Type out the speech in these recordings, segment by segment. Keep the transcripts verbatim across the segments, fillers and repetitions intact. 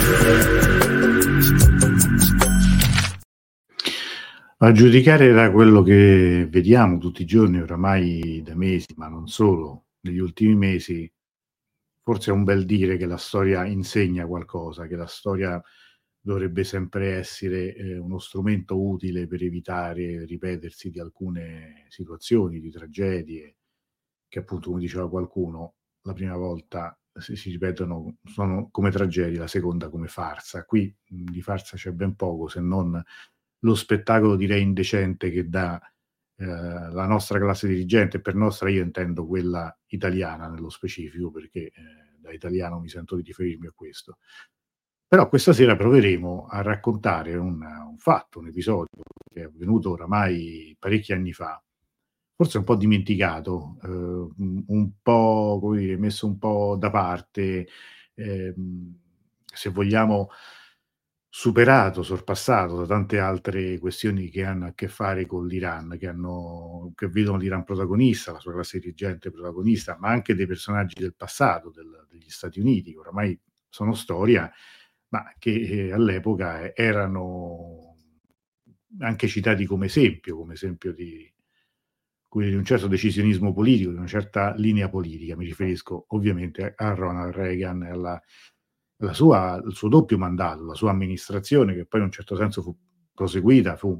A giudicare da quello che vediamo tutti i giorni, oramai da mesi, ma non solo, negli ultimi mesi, forse è un bel dire che la storia insegna qualcosa, che la storia dovrebbe sempre essere eh, uno strumento utile per evitare il ripetersi di alcune situazioni, di tragedie, che appunto, come diceva qualcuno, la prima volta si, si ripetono, sono come tragedie, la seconda come farsa. Qui mh, di farsa c'è ben poco, se non lo spettacolo, direi, indecente che dà eh, la nostra classe dirigente. Per nostra io intendo quella italiana nello specifico, perché eh, da italiano mi sento di riferirmi a questo. Però questa sera proveremo a raccontare un, un fatto, un episodio che è avvenuto oramai parecchi anni fa, forse un po' dimenticato, eh, un po', come dire, messo un po' da parte, ehm, se vogliamo superato, sorpassato da tante altre questioni che hanno a che fare con l'Iran, che hanno che vedono l'Iran protagonista, la sua classe dirigente protagonista, ma anche dei personaggi del passato, del degli Stati Uniti, che oramai sono storia, ma che, ehm, all'epoca erano anche citati come esempio, come esempio di quindi di un certo decisionismo politico, di una certa linea politica. Mi riferisco ovviamente a Ronald Reagan e alla, alla sua, al suo doppio mandato, la sua amministrazione, che poi in un certo senso fu proseguita, fu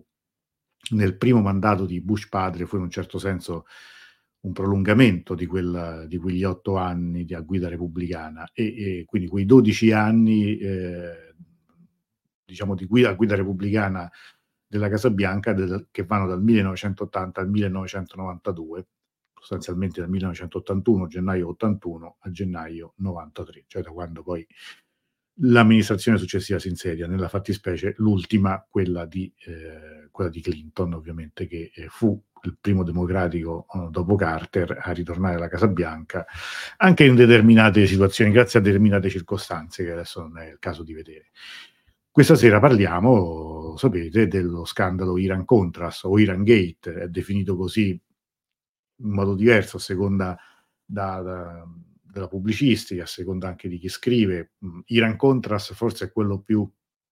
nel primo mandato di Bush padre, fu in un certo senso un prolungamento di, quel, di quegli otto anni di a guida repubblicana, e, e quindi quei dodici anni eh, diciamo di guida, guida repubblicana della Casa Bianca, del, che vanno dal millenovecentottanta al millenovecentonovantadue, sostanzialmente dal millenovecentottantuno, gennaio ottantuno, a gennaio novantatré, cioè da quando poi l'amministrazione successiva si insedia, nella fattispecie l'ultima, quella di, eh, quella di Clinton, ovviamente, che eh, fu il primo democratico eh, dopo Carter a ritornare alla Casa Bianca, anche in determinate situazioni, grazie a determinate circostanze che adesso non è il caso di vedere. Questa sera parliamo, sapete, dello scandalo Iran-Contras o Iran Gate, è definito così in modo diverso a seconda da, da, della pubblicistica, a seconda anche di chi scrive. Iran-Contras forse è quello più,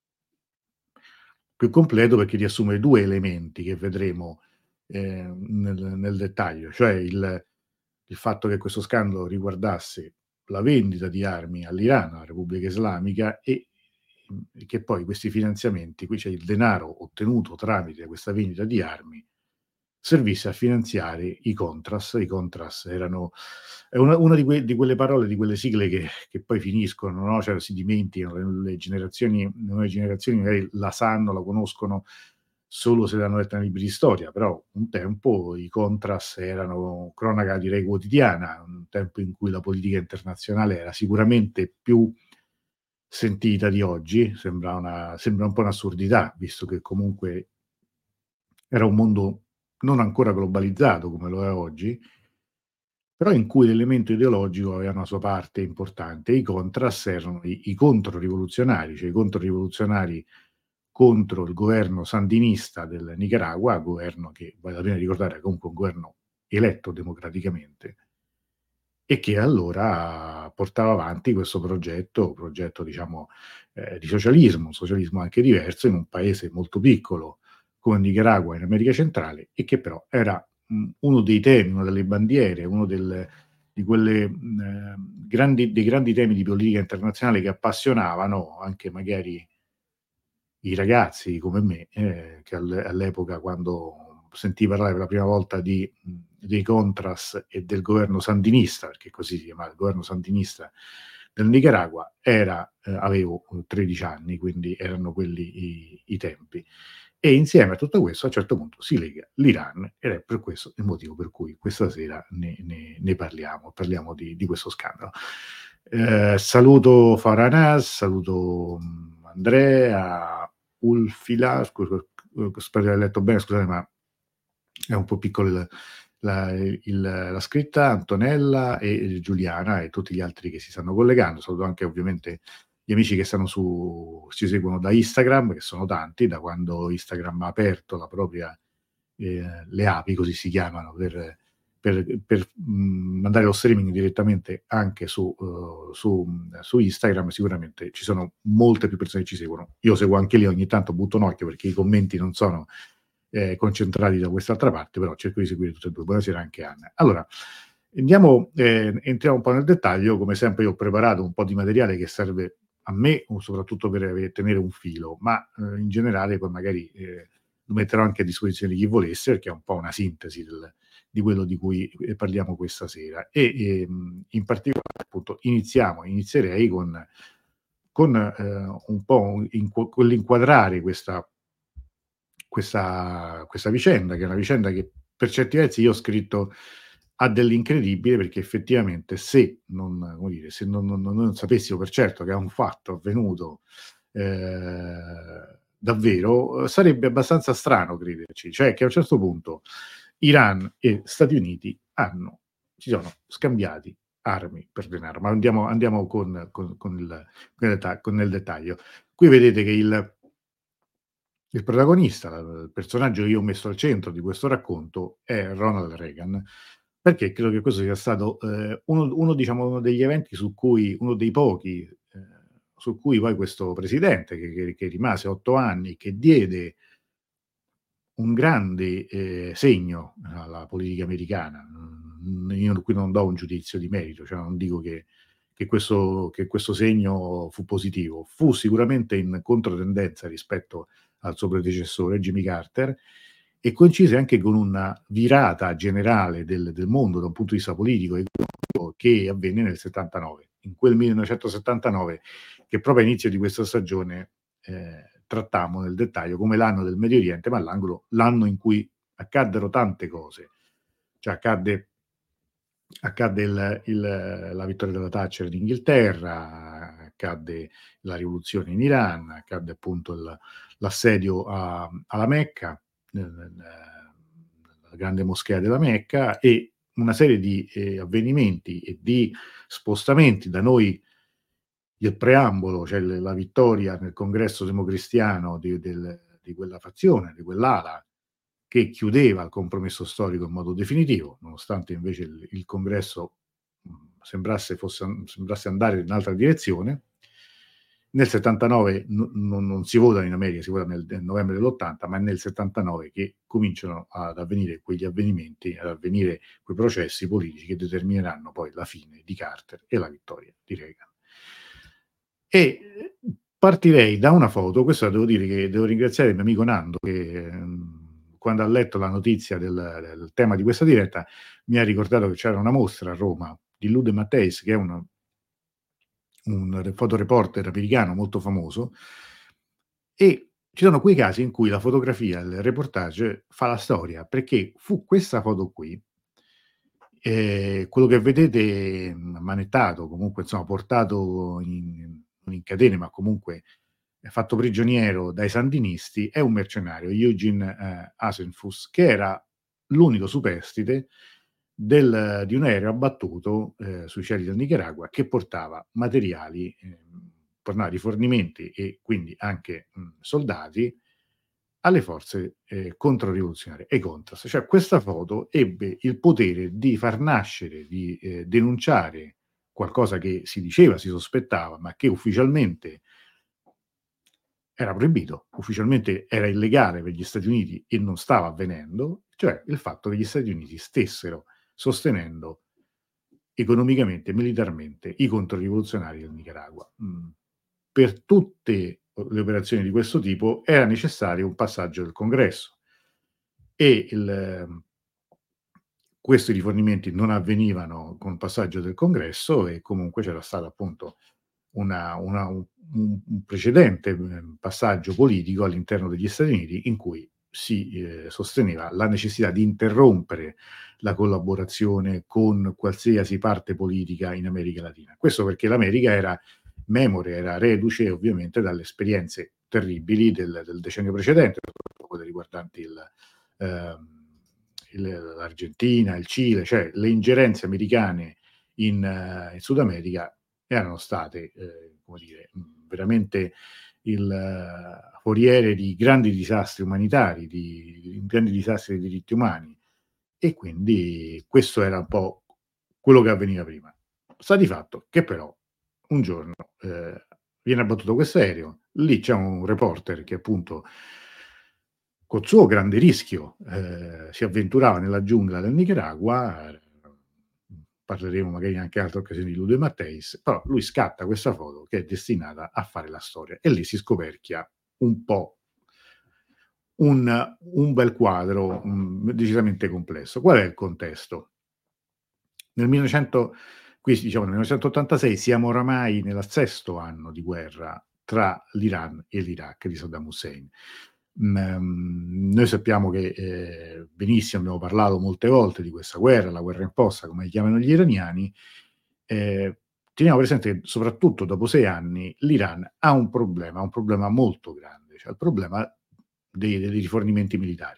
più completo, perché riassume due elementi che vedremo eh, nel, nel dettaglio, cioè il, il fatto che questo scandalo riguardasse la vendita di armi all'Iran, alla Repubblica Islamica, e che poi questi finanziamenti, qui c'è il denaro ottenuto tramite questa vendita di armi, servisse a finanziare i Contras. I Contras erano è una, una di, que, di quelle parole, di quelle sigle che, che poi finiscono, no? Cioè si dimenticano, le, le generazioni, le nuove generazioni magari la sanno, la conoscono solo se l'hanno letta nei libri di storia, però un tempo i Contras erano cronaca, direi, quotidiana, un tempo in cui la politica internazionale era sicuramente più sentita di oggi. Sembra, una, sembra un po' un'assurdità, visto che comunque era un mondo non ancora globalizzato come lo è oggi, però in cui l'elemento ideologico aveva una sua parte importante. I Contras erano i, i controrivoluzionari, cioè i controrivoluzionari contro il governo sandinista del Nicaragua, governo che, vale la pena ricordare, è comunque un governo eletto democraticamente, e che allora portava avanti questo progetto, progetto diciamo eh, di socialismo, un socialismo anche diverso in un paese molto piccolo come Nicaragua in America centrale, e che però era mh, uno dei temi, una delle bandiere, uno del, di quelle mh, eh, grandi, dei grandi temi di politica internazionale che appassionavano anche magari i ragazzi come me, eh, che all'epoca, quando sentì parlare per la prima volta di, dei Contras e del governo sandinista, perché così si chiamava il governo sandinista del Nicaragua, era, eh, avevo tredici anni, quindi erano quelli i, i tempi. E insieme a tutto questo, a un certo punto si lega l'Iran, ed è per questo il motivo per cui questa sera ne, ne, ne parliamo, parliamo di, di questo scandalo. Eh, saluto Faranas, saluto Andrea, Ulfila, scusa, spero di aver letto bene, scusate, ma è un po' piccolo il, la, il, la scritta, Antonella e Giuliana e tutti gli altri che si stanno collegando. Saluto anche ovviamente gli amici che stanno su, ci seguono da Instagram, che sono tanti, da quando Instagram ha aperto la propria, eh, le api, così si chiamano, per, per per, mhmm, mandare lo streaming direttamente anche su uhm, su mhmm, su Instagram, sicuramente ci sono molte più persone che ci seguono. Io seguo anche lì, ogni tanto butto un occhio perché i commenti non sono, ehm, concentrati da quest'altra parte, però cerco di seguire tutte e due. Buonasera anche Anna. Allora, andiamo ehm, entriamo un po' nel dettaglio. Come sempre io ho preparato un po' di materiale che serve a me, o soprattutto per ave tenere un filo, ma, uhm, in generale poi magari, ehm, lo metterò anche a disposizione di chi volesse, perché è un po' una sintesi del di quello di cui, ehm, parliamo questa sera. E, ehm, in particolare appunto iniziamo inizierei con con, ehm, un po' un inqu con l'inquadrare questa questa questa vicenda, che è una vicenda che per certi versi io ho scritto ha dell'incredibile, perché effettivamente se non come dire, se non non non sapessimo per certo che è un fatto avvenuto, ehm, davvero, uhm, sarebbe abbastanza strano crederci. Cioè che a un certo punto Iran e Stati Uniti hanno si sono scambiati armi per denaro, ma andiamo andiamo con con con il con il deta con nel dettaglio. Qui vedete che il il protagonista, la il personaggio che io ho messo al centro di questo racconto è Ronald Reagan, perché credo che questo sia stato, ehm, uno uno diciamo uno degli eventi su cui uno dei pochi, ehm, su cui poi questo presidente che che che rimase otto anni, che diede un grande, ehm, segno alla politica americana. Mhmm, io qui non do un giudizio di merito, cioè non dico che che questo che questo segno fu positivo. Fu sicuramente in controtendenza rispetto al suo predecessore Jimmy Carter, e coincise anche con una virata generale del del mondo da un punto di vista politico e economico che avvenne nel 'settantanove. In quel millenovecentosettantanove, che proprio all'inizio di questa stagione, ehm, trattammo nel dettaglio come l'anno del Medio Oriente, ma l'angolo l'anno in cui accaddero tante cose. Cioè accadde accadde il il la vittoria della Thatcher in Inghilterra, accadde la rivoluzione in Iran, accadde appunto il l'assedio a alla Mecca, nel nel nella grande moschea della Mecca, e una serie di, ehm, avvenimenti e di spostamenti. Da noi il preambolo, cioè l la vittoria nel congresso democristiano di del di quella fazione, di quell'ala che chiudeva il compromesso storico in modo definitivo, nonostante invece il il congresso, mhmm, sembrasse fosse an sembrasse andare in un'altra direzione. Nel 'settantanove no non non si vota in America, si vota nel nel novembre dell'ottanta, ma è nel 'settantanove che cominciano ad avvenire quegli avvenimenti, ad avvenire quei processi politici che determineranno poi la fine di Carter e la vittoria di Reagan. E, ehm, partirei da una foto. Questa devo dire che devo ringraziare il mio amico Nando che, ehm, quando ha letto la notizia del del tema di questa diretta, mi ha ricordato che c'era una mostra a Roma di Lou de Matteis, che è un un re fotoreporter americano molto famoso, e ci sono quei casi in cui la fotografia, il reportage fa la storia, perché fu questa foto qui, ehm, quello che vedete, mhmm, ammanettato, comunque insomma portato in non in catene, ma comunque è fatto prigioniero dai sandinisti, è un mercenario, Eugene, ehm, Hasenfuss, che era l'unico superstite del di un aereo abbattuto, ehm, sui cieli del Nicaragua, che portava materiali, ehm, portava rifornimenti e quindi anche, mhmm, soldati alle forze, ehm, controrivoluzionarie, ai Contras. Cioè questa foto ebbe il potere di far nascere, di, ehm, denunciare qualcosa che si diceva, si sospettava, ma che ufficialmente era proibito, ufficialmente era illegale per gli Stati Uniti e non stava avvenendo, cioè il fatto che gli Stati Uniti stessero sostenendo economicamente e militarmente i controrivoluzionari del Nicaragua. Mhmm, per tutte o le operazioni di questo tipo era necessario un passaggio del Congresso, e il ehm, questi rifornimenti non avvenivano con passaggio del Congresso, e comunque c'era stato appunto una una un un un precedente, ehm, passaggio politico all'interno degli Stati Uniti in cui si, ehm, sosteneva la necessità di interrompere la collaborazione con qualsiasi parte politica in America Latina. Questo perché l'America era memore, era reduce ovviamente dalle esperienze terribili del del decennio precedente, soprattutto quelle riguardanti il ehm, il l'Argentina, il Cile, cioè le ingerenze americane in in Sud America erano state, ehm, come dire, mhmm, veramente il eh, foriere di grandi disastri umanitari, di di grandi disastri dei diritti umani, e quindi questo era un po' quello che avveniva prima. Sta di fatto che però un giorno, ehm, viene abbattuto questo aereo, lì c'è un reporter che appunto col suo grande rischio, ehm, si avventurava nella giungla del Nicaragua, ehm, parleremo magari anche in altre occasioni di Ludo e Matteis, però lui scatta questa foto che è destinata a fare la storia e lì si scoperchia un po' un un bel quadro, mhmm, decisamente complesso. Qual è il contesto? Nel millenovecento qui diciamo nel millenovecentottantasei siamo oramai nel sesto anno di guerra tra l'Iran e l'Iraq di Saddam Hussein. Mhmm, noi sappiamo che, ehm, benissimo, abbiamo parlato molte volte di questa guerra, la guerra imposta, come la chiamano gli iraniani. Ehm, teniamo presente che soprattutto dopo sei anni l'Iran ha un problema, un problema molto grande, cioè il problema dei dei rifornimenti militari.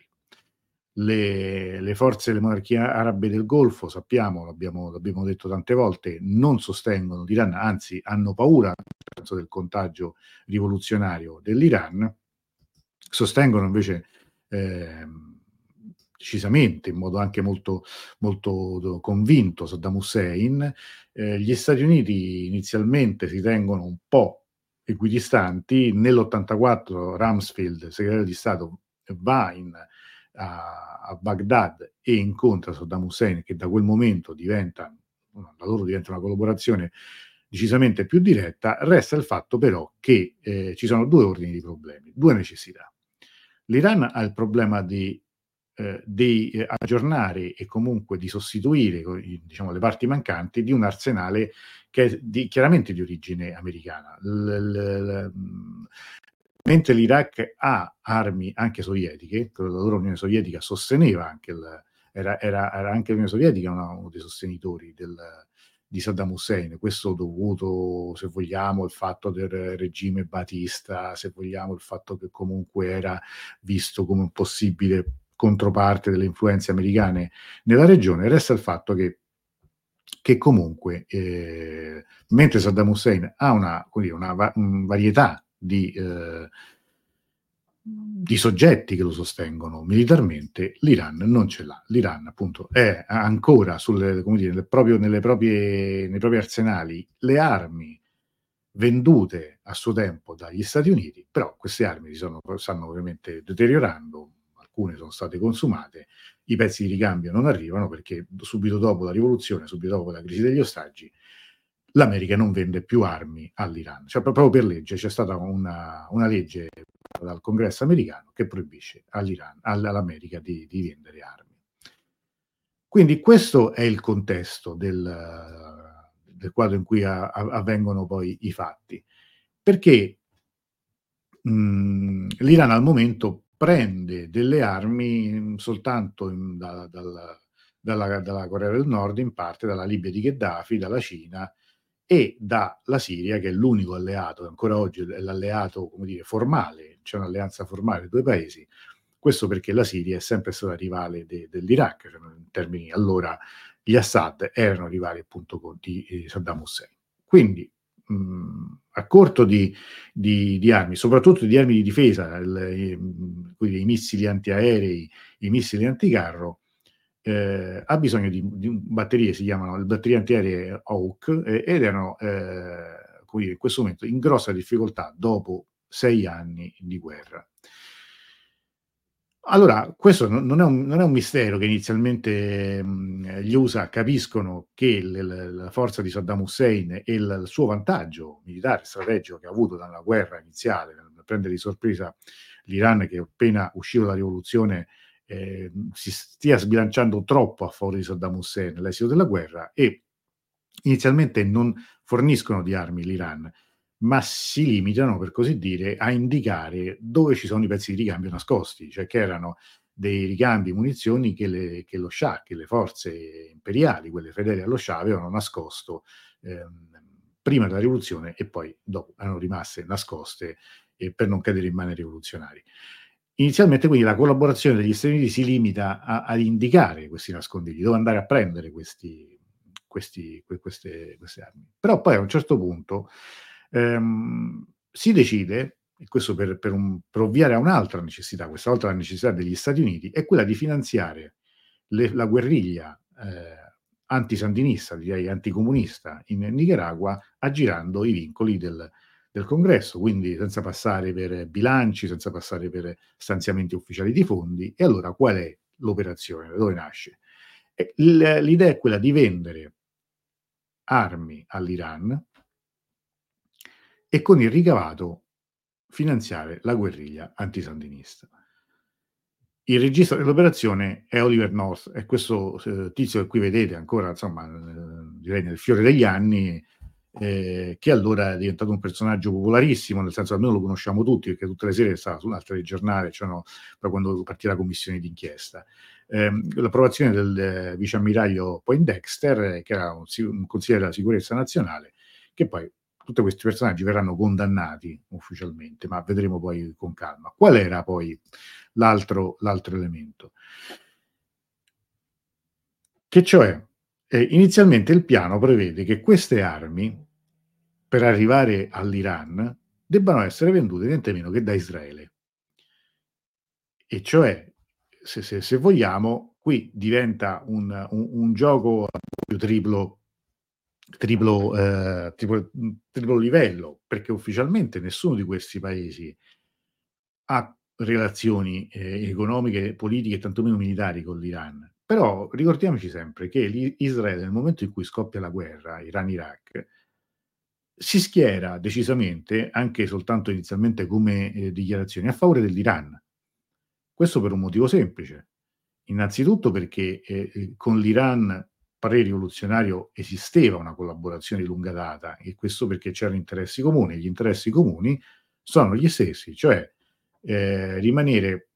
Le le forze delle monarchie arabe del Golfo, sappiamo, l'abbiamo l'abbiamo detto tante volte, non sostengono l'Iran, anzi hanno paura del contagio rivoluzionario dell'Iran, sostengono invece, ehm, decisamente, in modo anche molto molto do convinto Saddam Hussein. Ehm, gli Stati Uniti inizialmente si tengono un po' equidistanti. Nell'ottantaquattro Rumsfeld, segretario di Stato, va in a a Baghdad e incontra Saddam Hussein, che da quel momento diventa la loro diventa una collaborazione decisamente più diretta. Resta il fatto però che, ehm, ci sono due ordini di problemi, due necessità. L'Iran ha il problema di ehm, di, ehm, aggiornare e comunque di sostituire co i diciamo le parti mancanti di un arsenale che è di chiaramente di origine americana. L l l mhmm, mentre l'Iraq ha armi anche sovietiche, che la loro Unione Sovietica sosteneva anche il era era era anche l'Unione Sovietica una uno dei sostenitori del di Saddam Hussein. Questo dovuto, se vogliamo, al fatto del regime Batista, se vogliamo il fatto che comunque era visto come un possibile controparte delle influenze americane nella regione. Resta il fatto che che comunque, ehm, mentre Saddam Hussein ha una come dire, una va mhmm, varietà di ehm, di soggetti che lo sostengono militarmente, l'Iran non ce l'ha. L'Iran appunto è a ancora sulle come dire, nel proprio nelle proprie nei propri arsenali le armi vendute a suo tempo dagli Stati Uniti, però queste armi si sono stanno ovviamente deteriorando, alcune sono state consumate, i pezzi di ricambio non arrivano perché d subito dopo la rivoluzione, subito dopo la crisi degli ostaggi, l'America non vende più armi all'Iran. Cioè pro proprio per legge c'è stata una una legge dal Congresso americano che proibisce all'Iran all all'America di di vendere armi. Quindi questo è il contesto del del quadro in cui a a avvengono poi i fatti. Perché mhmm, l'Iran al momento prende delle armi, mhmm, soltanto in da dal dalla dalla Corea del Nord, in parte dalla Libia di Gheddafi, dalla Cina e dalla Siria, che è l'unico alleato, ancora oggi è l'alleato, come dire, formale, c'è un'alleanza formale dei due paesi. Questo perché la Siria è sempre stata rivale de dell'Iraq, cioè in termini allora gli Assad erano rivali appunto con di, ehm, Saddam Hussein. Quindi, mhmm, a corto di di di armi, soprattutto di armi di difesa, il ehm, quindi i missili antiaerei, i missili anticarro, ehm, ha bisogno di di un batterie, si chiamano le batterie antiaeree Hawk, e ed erano, ehm, come dire, in questo momento in grossa difficoltà dopo sei anni di guerra. Allora, questo no non è un non è un mistero che inizialmente, mhmm, gli U S A capiscono che l l la forza di Saddam Hussein e il il suo vantaggio militare strategico che ha avuto dalla guerra iniziale, nel nel prendere di sorpresa l'Iran che appena uscito dalla rivoluzione, ehm, si stia sbilanciando troppo a favore di Saddam Hussein all'esito della guerra e inizialmente non forniscono di armi l'Iran, ma si limitano, per così dire, a indicare dove ci sono i pezzi di ricambio nascosti, cioè che erano dei ricambi munizioni che le che lo Shah, che le forze imperiali, quelle fedeli allo Shah, avevano nascosto, ehm, prima della rivoluzione e poi dopo erano rimaste nascoste, ehm, per non cadere in mani ai rivoluzionari. Inizialmente quindi la collaborazione degli Stati Uniti si limita a ad indicare questi nascondigli, dove andare a prendere questi questi que queste queste armi. Però poi a un certo punto, ehm, si decide, e questo per per un per ovviare a un'altra necessità, questa volta la necessità degli Stati Uniti, è quella di finanziare le la guerriglia, ehm, antisandinista, direi anticomunista in Nicaragua, aggirando i vincoli del del congresso, quindi senza passare per bilanci, senza passare per stanziamenti ufficiali di fondi. E allora qual è l'operazione? Da dove nasce? E il l'idea è quella di vendere armi all'Iran e con il ricavato finanziare la guerriglia antisandinista. Il regista dell'operazione è Oliver North, è questo s tizio che qui vedete ancora, insomma, ehm, direi nel fiore degli anni, ehm, che allora è diventato un personaggio popolarissimo, nel senso almeno lo conosciamo tutti, perché tutte le sere stava sull'al telegiornale, c'erano poi quando partì la commissione d'inchiesta. Ehm, l'approvazione del viceammiraglio Poindexter, che era un si un consigliere della sicurezza nazionale, che poi tutti questi personaggi verranno condannati ufficialmente, ma vedremo poi con calma. Qual era poi l'altro l'altro elemento? Che cioè, ehm, inizialmente il piano prevede che queste armi, per arrivare all'Iran, debbano essere vendute niente meno che da Israele. E cioè, se se se vogliamo, qui diventa un un un gioco a doppio triplo triplo ehm, triplo mhmm, triplo livello, perché ufficialmente nessuno di questi paesi ha relazioni, ehm, economiche, politiche e tantomeno militari con l'Iran. Però ricordiamoci sempre che l'i Israele nel momento in cui scoppia la guerra Iran-Iraq, si schiera decisamente, anche soltanto inizialmente come, ehm, dichiarazioni, a favore dell'Iran. Questo per un motivo semplice: innanzitutto perché, ehm, ehm, con l'Iran pre-rivoluzionario esisteva una collaborazione di lunga data, e questo perché c'erano interessi comuni. Gli interessi comuni sono gli stessi, cioè, ehm, rimanere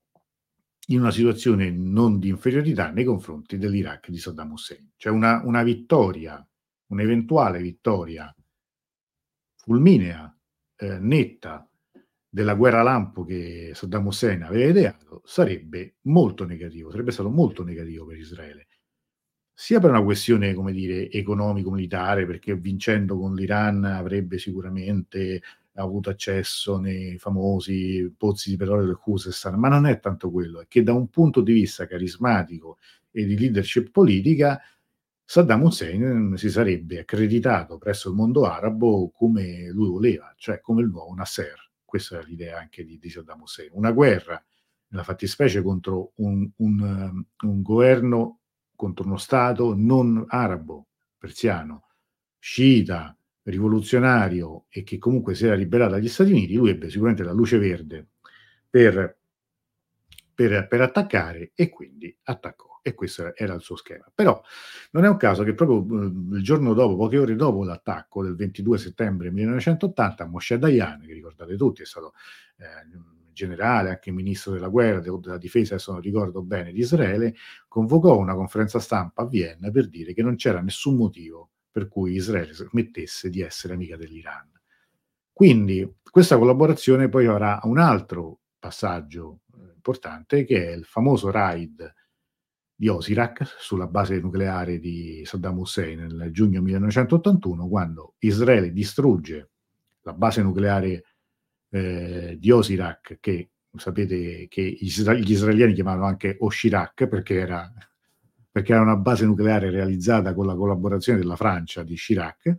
in una situazione non di inferiorità nei confronti dell'Iraq di Saddam Hussein. Cioè una una vittoria, un'eventuale vittoria fulminea, ehm, netta della guerra lampo che Saddam Hussein aveva ideato, sarebbe molto negativo, sarebbe stato molto negativo per Israele. Sia per una questione, come dire, economico-militare, perché vincendo con l'Iran avrebbe sicuramente avuto accesso nei famosi pozzi di petrolio del Khuzestan, ma non è tanto quello, è che da un punto di vista carismatico e di leadership politica, Saddam Hussein si sarebbe accreditato presso il mondo arabo come lui voleva, cioè come il nuovo Nasser. Questa era l'idea anche di di Saddam Hussein. Una guerra, nella fattispecie contro un un ehm, un governo, contro uno stato non arabo, persiano, sciita, rivoluzionario e che comunque si era ribellata agli Stati Uniti. Lui ebbe sicuramente la luce verde per per per attaccare, e quindi attaccò, e questo era era il suo schema. Però non è un caso che proprio, uhm, il giorno dopo, poche ore dopo l'attacco del ventidue settembre millenovecentottanta, Moshe Dayan, che ricordate tutti, è stato, ehm, generale, anche ministro della guerra, de o della difesa, adesso non ricordo bene, di Israele, convocò una conferenza stampa a Vienna per dire che non c'era nessun motivo per cui Israele smettesse di essere amica dell'Iran. Quindi questa collaborazione poi avrà un altro passaggio, ehm, importante, che è il famoso raid di Osirak sulla base nucleare di Saddam Hussein nel giugno millenovecentottantuno, quando Israele distrugge la base nucleare, ehm, di Osirak, che sapete che isra gli israeliani chiamavano anche Oshirak, perché era perché era una base nucleare realizzata con la collaborazione della Francia di Chirac.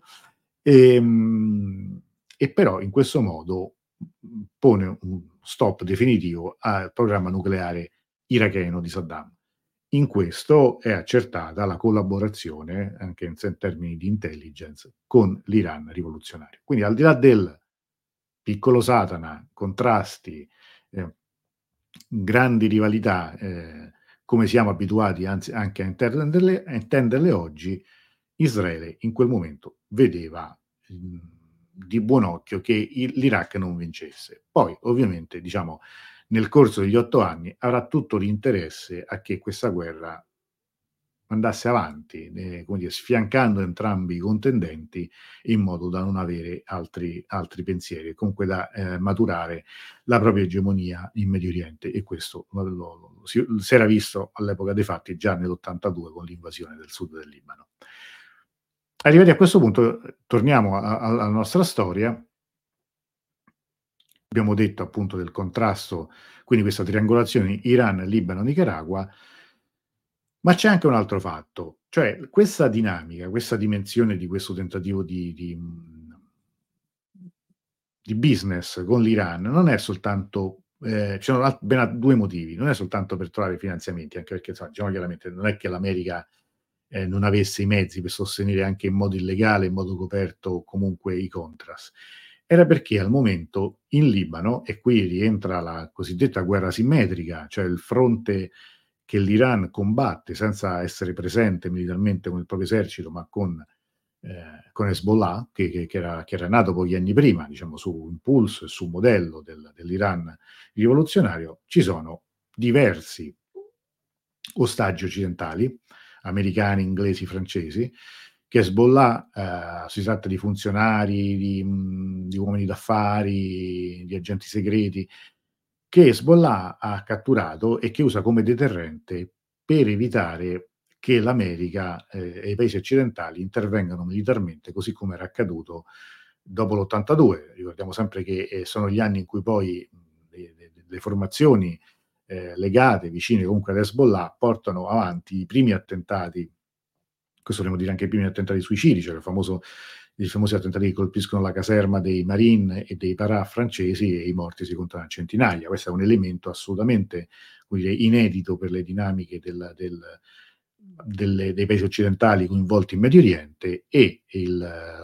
Ehm, e però in questo modo, mhmm, pone un stop definitivo al programma nucleare iracheno di Saddam. In questo è accertata la collaborazione, anche in se termini di intelligence, con l'Iran rivoluzionario. Quindi al di là del piccolo Satana, contrasti, ehm, grandi rivalità, ehm, come siamo abituati anzi anche a intenderle a intenderle oggi, Israele in quel momento vedeva, mhmm, di buon occhio che il l'Iraq non vincesse. Poi ovviamente, diciamo, nel corso degli otto anni avrà tutto l'interesse a che questa guerra andasse avanti, ehm, come dire, sfiancando entrambi i contendenti in modo da non avere altri altri pensieri e comunque da, ehm, maturare la propria egemonia in Medio Oriente, e questo lo lo si si era visto all'epoca dei fatti già nell'ottantadue con l'invasione del sud del Libano. Arrivati a questo punto, ehm, torniamo a a alla nostra storia. Abbiamo detto appunto del contrasto, quindi questa triangolazione Iran, Libano, Nicaragua. Ma c'è anche un altro fatto, cioè questa dinamica, questa dimensione di questo tentativo di di mhmm, di business con l'Iran non è soltanto ehm, ci sono al ben a due motivi, non è soltanto per trovare finanziamenti, anche perché insomma, diciamo chiaramente, non è che l'America, ehm, non avesse i mezzi per sostenere anche in modo illegale, in modo coperto comunque i Contras. Era perché al momento in Libano, e qui rientra la cosiddetta guerra asimmetrica, cioè il fronte che l'Iran combatte senza essere presente militarmente con il proprio esercito, ma con ehm, con Hezbollah, che che che era che era nato pochi anni prima, diciamo su impulso e su modello del dell'Iran rivoluzionario, ci sono diversi ostaggi occidentali, americani, inglesi, francesi, che Hezbollah, ehm, si tratta di funzionari, di mhmm, di uomini d'affari, di agenti segreti, che Hezbollah ha catturato e che usa come deterrente per evitare che l'America, ehm, e i paesi occidentali intervengano militarmente, così come era accaduto dopo l'ottantadue. Ricordiamo sempre che, ehm, sono gli anni in cui poi, mhmm, le le le formazioni, ehm, legate, vicine comunque ad Hezbollah, portano avanti i primi attentati, questo vogliamo dire anche i primi attentati suicidi, cioè il famoso i famosi attentati che colpiscono la caserma dei Marine e dei Parà francesi, e i morti si contano a centinaia. Questo è un elemento assolutamente, come dire, inedito per le dinamiche del del delle dei paesi occidentali coinvolti in Medio Oriente, e il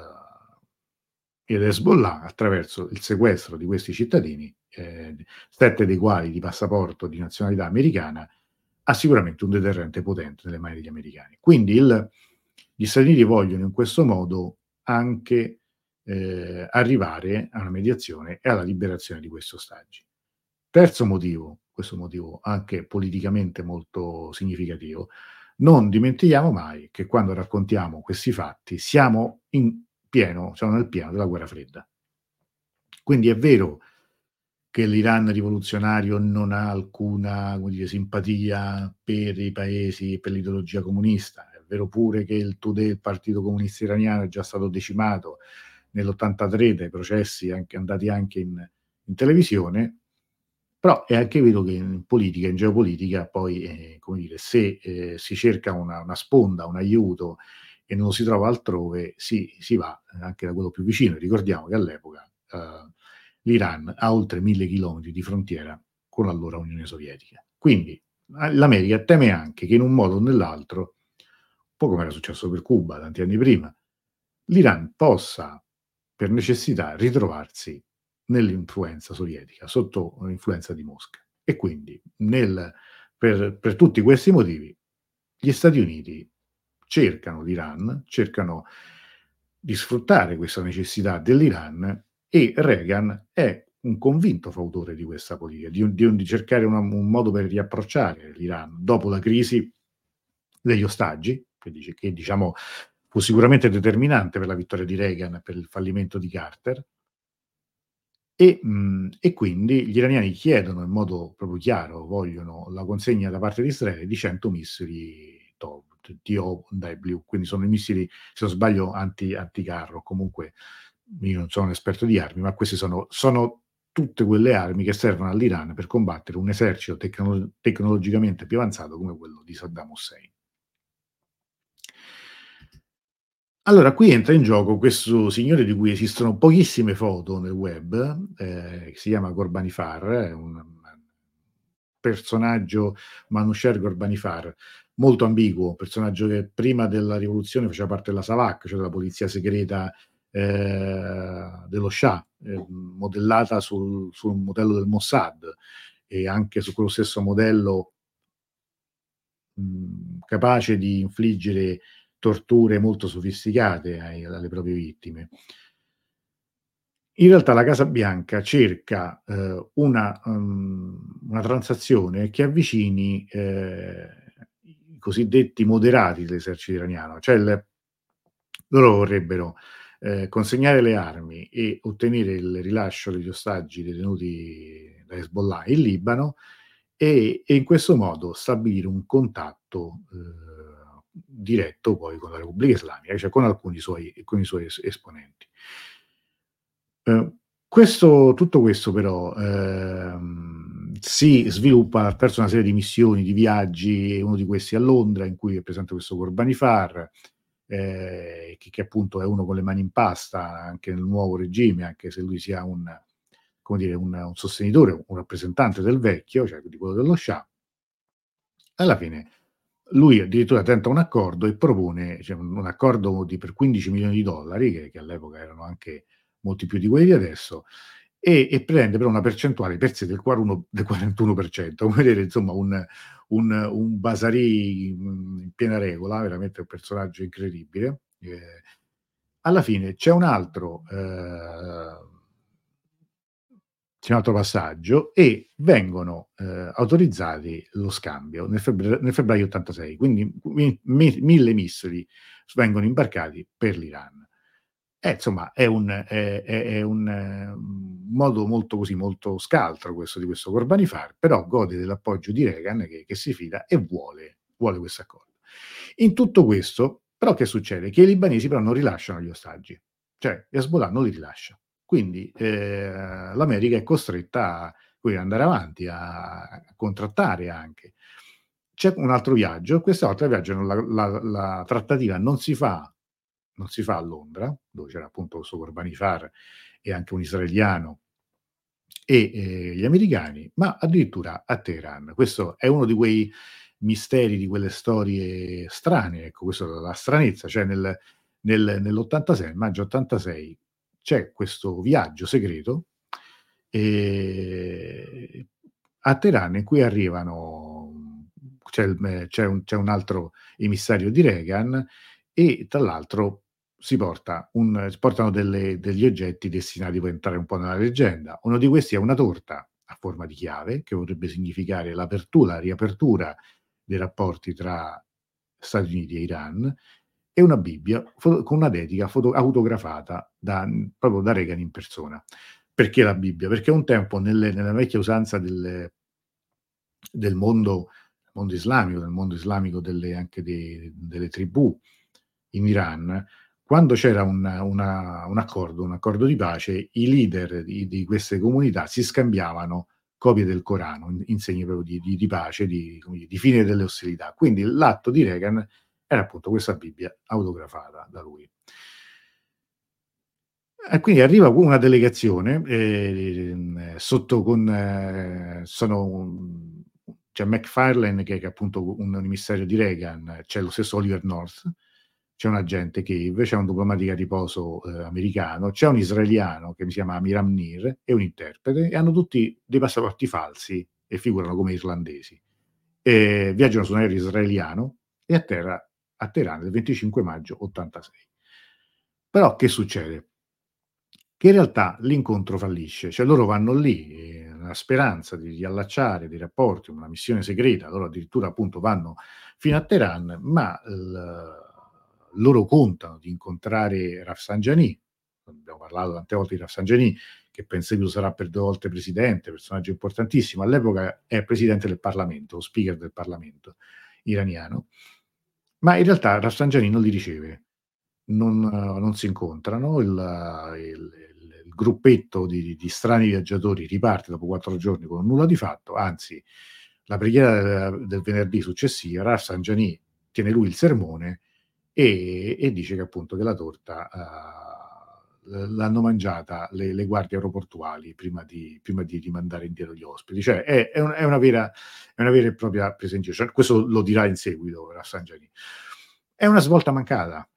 ed Hezbollah, attraverso il sequestro di questi cittadini, ehm, sette dei quali di passaporto di nazionalità americana, ha sicuramente un deterrente potente nelle mani degli americani. Quindi il gli Stati Uniti vogliono in questo modo anche, ehm, arrivare a una mediazione e alla liberazione di questi ostaggi. Terzo motivo, questo motivo anche politicamente molto significativo: non dimentichiamo mai che quando raccontiamo questi fatti siamo in pieno siamo nel pieno della guerra fredda. Quindi è vero che l'Iran rivoluzionario non ha alcuna, come dire, simpatia per i paesi, per l'ideologia comunista. È vero pure che il Tudeh, il partito comunista iraniano, è già stato decimato nell'ottantatré dai processi anche andati anche in in televisione, però è anche vero che in politica, in geopolitica poi, ehm, come dire, se, ehm, si cerca una una sponda, un aiuto e non lo si trova altrove, si si va anche da quello più vicino. Ricordiamo che all'epoca, uhm, l'Iran ha oltre mille chilometri di frontiera con l'allora Unione Sovietica. Quindi a l'America teme anche che in un modo o nell'altro, un po' come era successo per Cuba tanti anni prima, l'Iran possa, per necessità, ritrovarsi nell'influenza sovietica, sotto l'influenza di Mosca. E quindi nel per per tutti questi motivi gli Stati Uniti cercano l'Iran, cercano di sfruttare questa necessità dell'Iran, e Reagan è un convinto fautore di questa politica, di un di un di cercare una un modo per riapprocciare l'Iran dopo la crisi degli ostaggi, che dice che diciamo fu sicuramente determinante per la vittoria di Reagan e per il fallimento di Carter. E mhmm, e quindi gli iraniani chiedono in modo proprio chiaro, vogliono la consegna da parte di Israele di cento missili TOW, T O W, quindi sono i missili, se non sbaglio, anti anticarro. Comunque io non sono un esperto di armi, ma queste sono sono tutte quelle armi che servono all'Iran per combattere un esercito tecnolo tecnologicamente più avanzato come quello di Saddam Hussein. Allora, qui entra in gioco questo signore di cui esistono pochissime foto nel web, ehm, che si chiama Ghorbanifar, è un personaggio, Manouchehr Ghorbanifar, molto ambiguo, personaggio che prima della rivoluzione faceva parte della Savak, cioè della polizia segreta, ehm, dello Shah, ehm, modellata sul sul modello del Mossad, e anche su quello stesso modello, mhmm, capace di infliggere torture molto sofisticate ai alle proprie vittime. In realtà la Casa Bianca cerca, ehm, una uhm, una transazione che avvicini, ehm, i cosiddetti moderati dell'esercito iraniano, cioè il loro vorrebbero, ehm, consegnare le armi e ottenere il rilascio degli ostaggi detenuti da Hezbollah in Libano, e e in questo modo stabilire un contatto, uhm, diretto poi con la Repubblica Islamica, cioè con alcuni suoi con i suoi es esponenti. Uhm, questo tutto questo però, ehm, si sviluppa attraverso una serie di missioni, di viaggi, e uno di questi a Londra, in cui è presente questo Ghorbanifar, ehm, che che appunto è uno con le mani in pasta anche nel nuovo regime, anche se lui sia un come dire, un un sostenitore, un rappresentante del vecchio, cioè di quello dello Shah. Alla fine lui addirittura tenta un accordo e propone, cioè un un accordo di per quindici milioni di dollari, che che all'epoca erano anche molti più di quelli di adesso, e e prende però una percentuale per sé del quaruno del quarantuno per cento, come vedere insomma un un un Basarì, mhmm, in piena regola, veramente un personaggio incredibile. Ehm, alla fine c'è un altro ehm c'è un altro passaggio e vengono, ehm, autorizzati lo scambio nel febbre nel febbraio 'ottantasei, quindi mi mi mille missili s vengono imbarcati per l'Iran. Eh, insomma è un è è è un mhmm, modo molto così, molto scaltro questo di questo Ghorbanifar, però gode dell'appoggio di Reagan che che si fida e vuole vuole questo accordo. In tutto questo, però che succede? Che i libanesi però non rilasciano gli ostaggi, cioè Hezbollah non li rilascia. Quindi, ehm, l'America è costretta a quindi ad andare avanti, a a contrattare anche. C'è un altro viaggio, questa volta il viaggio non la la la trattativa non si fa non si fa a Londra, dove c'era appunto questo Ghorbanifar e anche un israeliano e, ehm, gli americani, ma addirittura a Teheran. Questo è uno di quei misteri, di quelle storie strane, ecco, questo la stranezza, cioè nel nel nell'ottantasei, maggio 'ottantasei, c'è questo viaggio segreto, ehm, a Teheran in cui arrivano mhmm, c'è il me c'è un c'è un altro emissario di Reagan e tra l'altro si porta un si portano delle degli oggetti destinati poi a entrare un po' nella leggenda. Uno di questi è una torta a forma di chiave, che potrebbe significare l'apertura la riapertura dei rapporti tra Stati Uniti e Iran, e una Bibbia fo con una dedica foto autografata da mhmm, proprio da Reagan in persona. Perché la Bibbia? Perché un tempo nelle nella vecchia usanza del del mondo mondo islamico, del mondo islamico delle anche de delle tribù in Iran, quando c'era un una un accordo un accordo di pace, i leader di di queste comunità si scambiavano copie del Corano, in in segno proprio di di di pace, di come dire, di fine delle ostilità. Quindi l'atto di Reagan era appunto questa Bibbia autografata da lui. E quindi arriva u una delegazione, ehm, sotto con ehm, sono un c'è McFarlane che che è appunto un un emissario di Reagan, c'è lo stesso Oliver North, c'è un agente Cave, c'è un diplomatico a riposo, ehm, americano, c'è un israeliano che si chiama Amiram Nir e un interprete, e hanno tutti dei passaporti falsi e figurano come irlandesi. Ehm, viaggiano su un aereo israeliano e atterra a Teheran il venticinque maggio 'ottantasei. Però che succede? Che in realtà l'incontro fallisce, cioè loro vanno lì, ehm, nella speranza di riallacciare dei rapporti, una missione segreta, loro addirittura appunto vanno fino a Teheran, ma l loro contano di incontrare Rafsanjani, abbiamo parlato tante volte di Rafsanjani, che per in seguito sarà per due volte presidente, personaggio importantissimo, all'epoca è presidente del Parlamento, lo speaker del Parlamento iraniano, ma in realtà Rafsanjani non li riceve. Non non si incontrano, il il il il gruppetto di di strani viaggiatori riparte dopo quattro giorni con nulla di fatto, anzi la preghiera del del venerdì successiva Rafsanjani tiene lui il sermone e e dice che appunto che la torta, uhm, l l'hanno mangiata le le guardie aeroportuali prima di prima di rimandare indietro gli ospiti. Cioè è è un è una vera è una vera e propria presa in giro. Cioè questo lo dirà in seguito Rafsanjani. È una svolta mancata.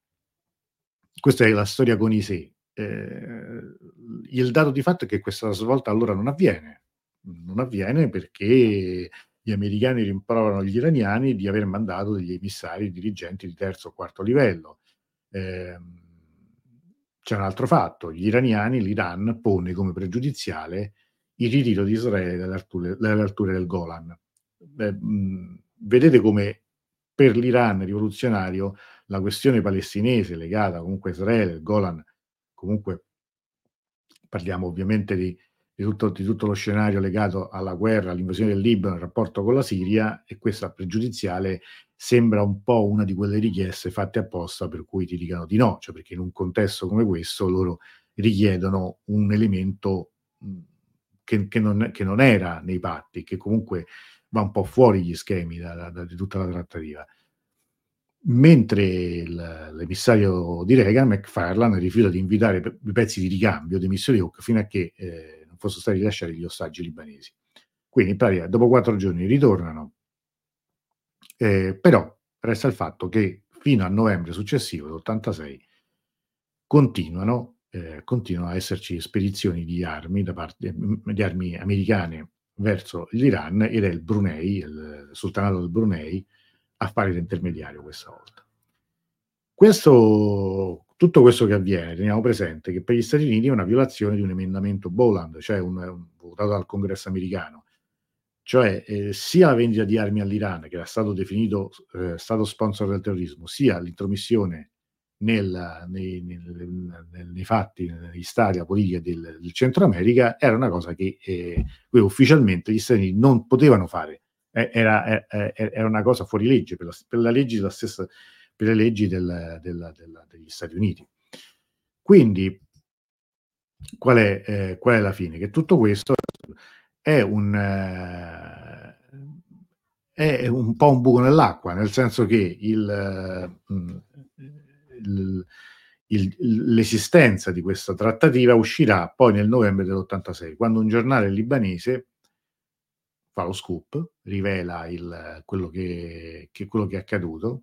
Questa è la storia con i sé. Ehm, il dato di fatto è che questa svolta allora non avviene. Non avviene perché gli americani rimproverano gli iraniani di aver mandato degli emissari dirigenti di terzo o quarto livello. Ehm, c'è un altro fatto: gli iraniani l'Iran pone come pregiudiziale il ritiro di Israele dalle artule dalle alture del Golan. Beh, mhmm, vedete come per l'Iran rivoluzionario la questione palestinese legata comunque a Israele, il Golan, comunque parliamo ovviamente di di tutto di tutto lo scenario legato alla guerra, all'invasione del Libano, il rapporto con la Siria, e questa pregiudiziale sembra un po' una di quelle richieste fatte apposta per cui ti dicano di no, cioè perché in un contesto come questo loro richiedono un elemento, mhmm, che che non che non era nei patti, che comunque va un po' fuori gli schemi da da da di tutta la trattativa. Mentre il l'emissario di Reagan, McFarlane, rifiuta di invitare pe i pezzi di ricambio dei missili Hawk fino a che, ehm, non fossero stati rilasciati gli ostaggi libanesi. Quindi in pratica dopo quattro giorni ritornano, ehm, però resta il fatto che fino a novembre successivo dell'ottantasei continuano ehm, continuano a esserci spedizioni di armi da parte mhmm, di armi americane verso l'Iran, ed è il Brunei, il sultanato del Brunei, a fare da intermediario questa volta. Questo tutto questo che avviene, teniamo presente che per gli Stati Uniti è una violazione di un emendamento Boland, cioè un un votato dal Congresso americano, cioè, ehm, sia la vendita di armi all'Iran, che era stato definito s ehm, stato sponsor del terrorismo, sia l'intromissione nel nei nel nel nei fatti, negli stati, la politica del del Centro America, era una cosa che, ehm, poi ufficialmente gli Stati Uniti non potevano fare. E era e e e era una cosa fuori legge per la s per la leggi della stessa per le leggi del della della degli Stati Uniti. Quindi qual è ehm, qual è la fine? Che tutto questo è un ehm, è un po' un buco nell'acqua, nel senso che il mhmm, il il l'esistenza di questa trattativa uscirà poi nel novembre dell'ottantasei, quando un giornale libanese fa lo scoop, rivela il quello che che quello che è accaduto.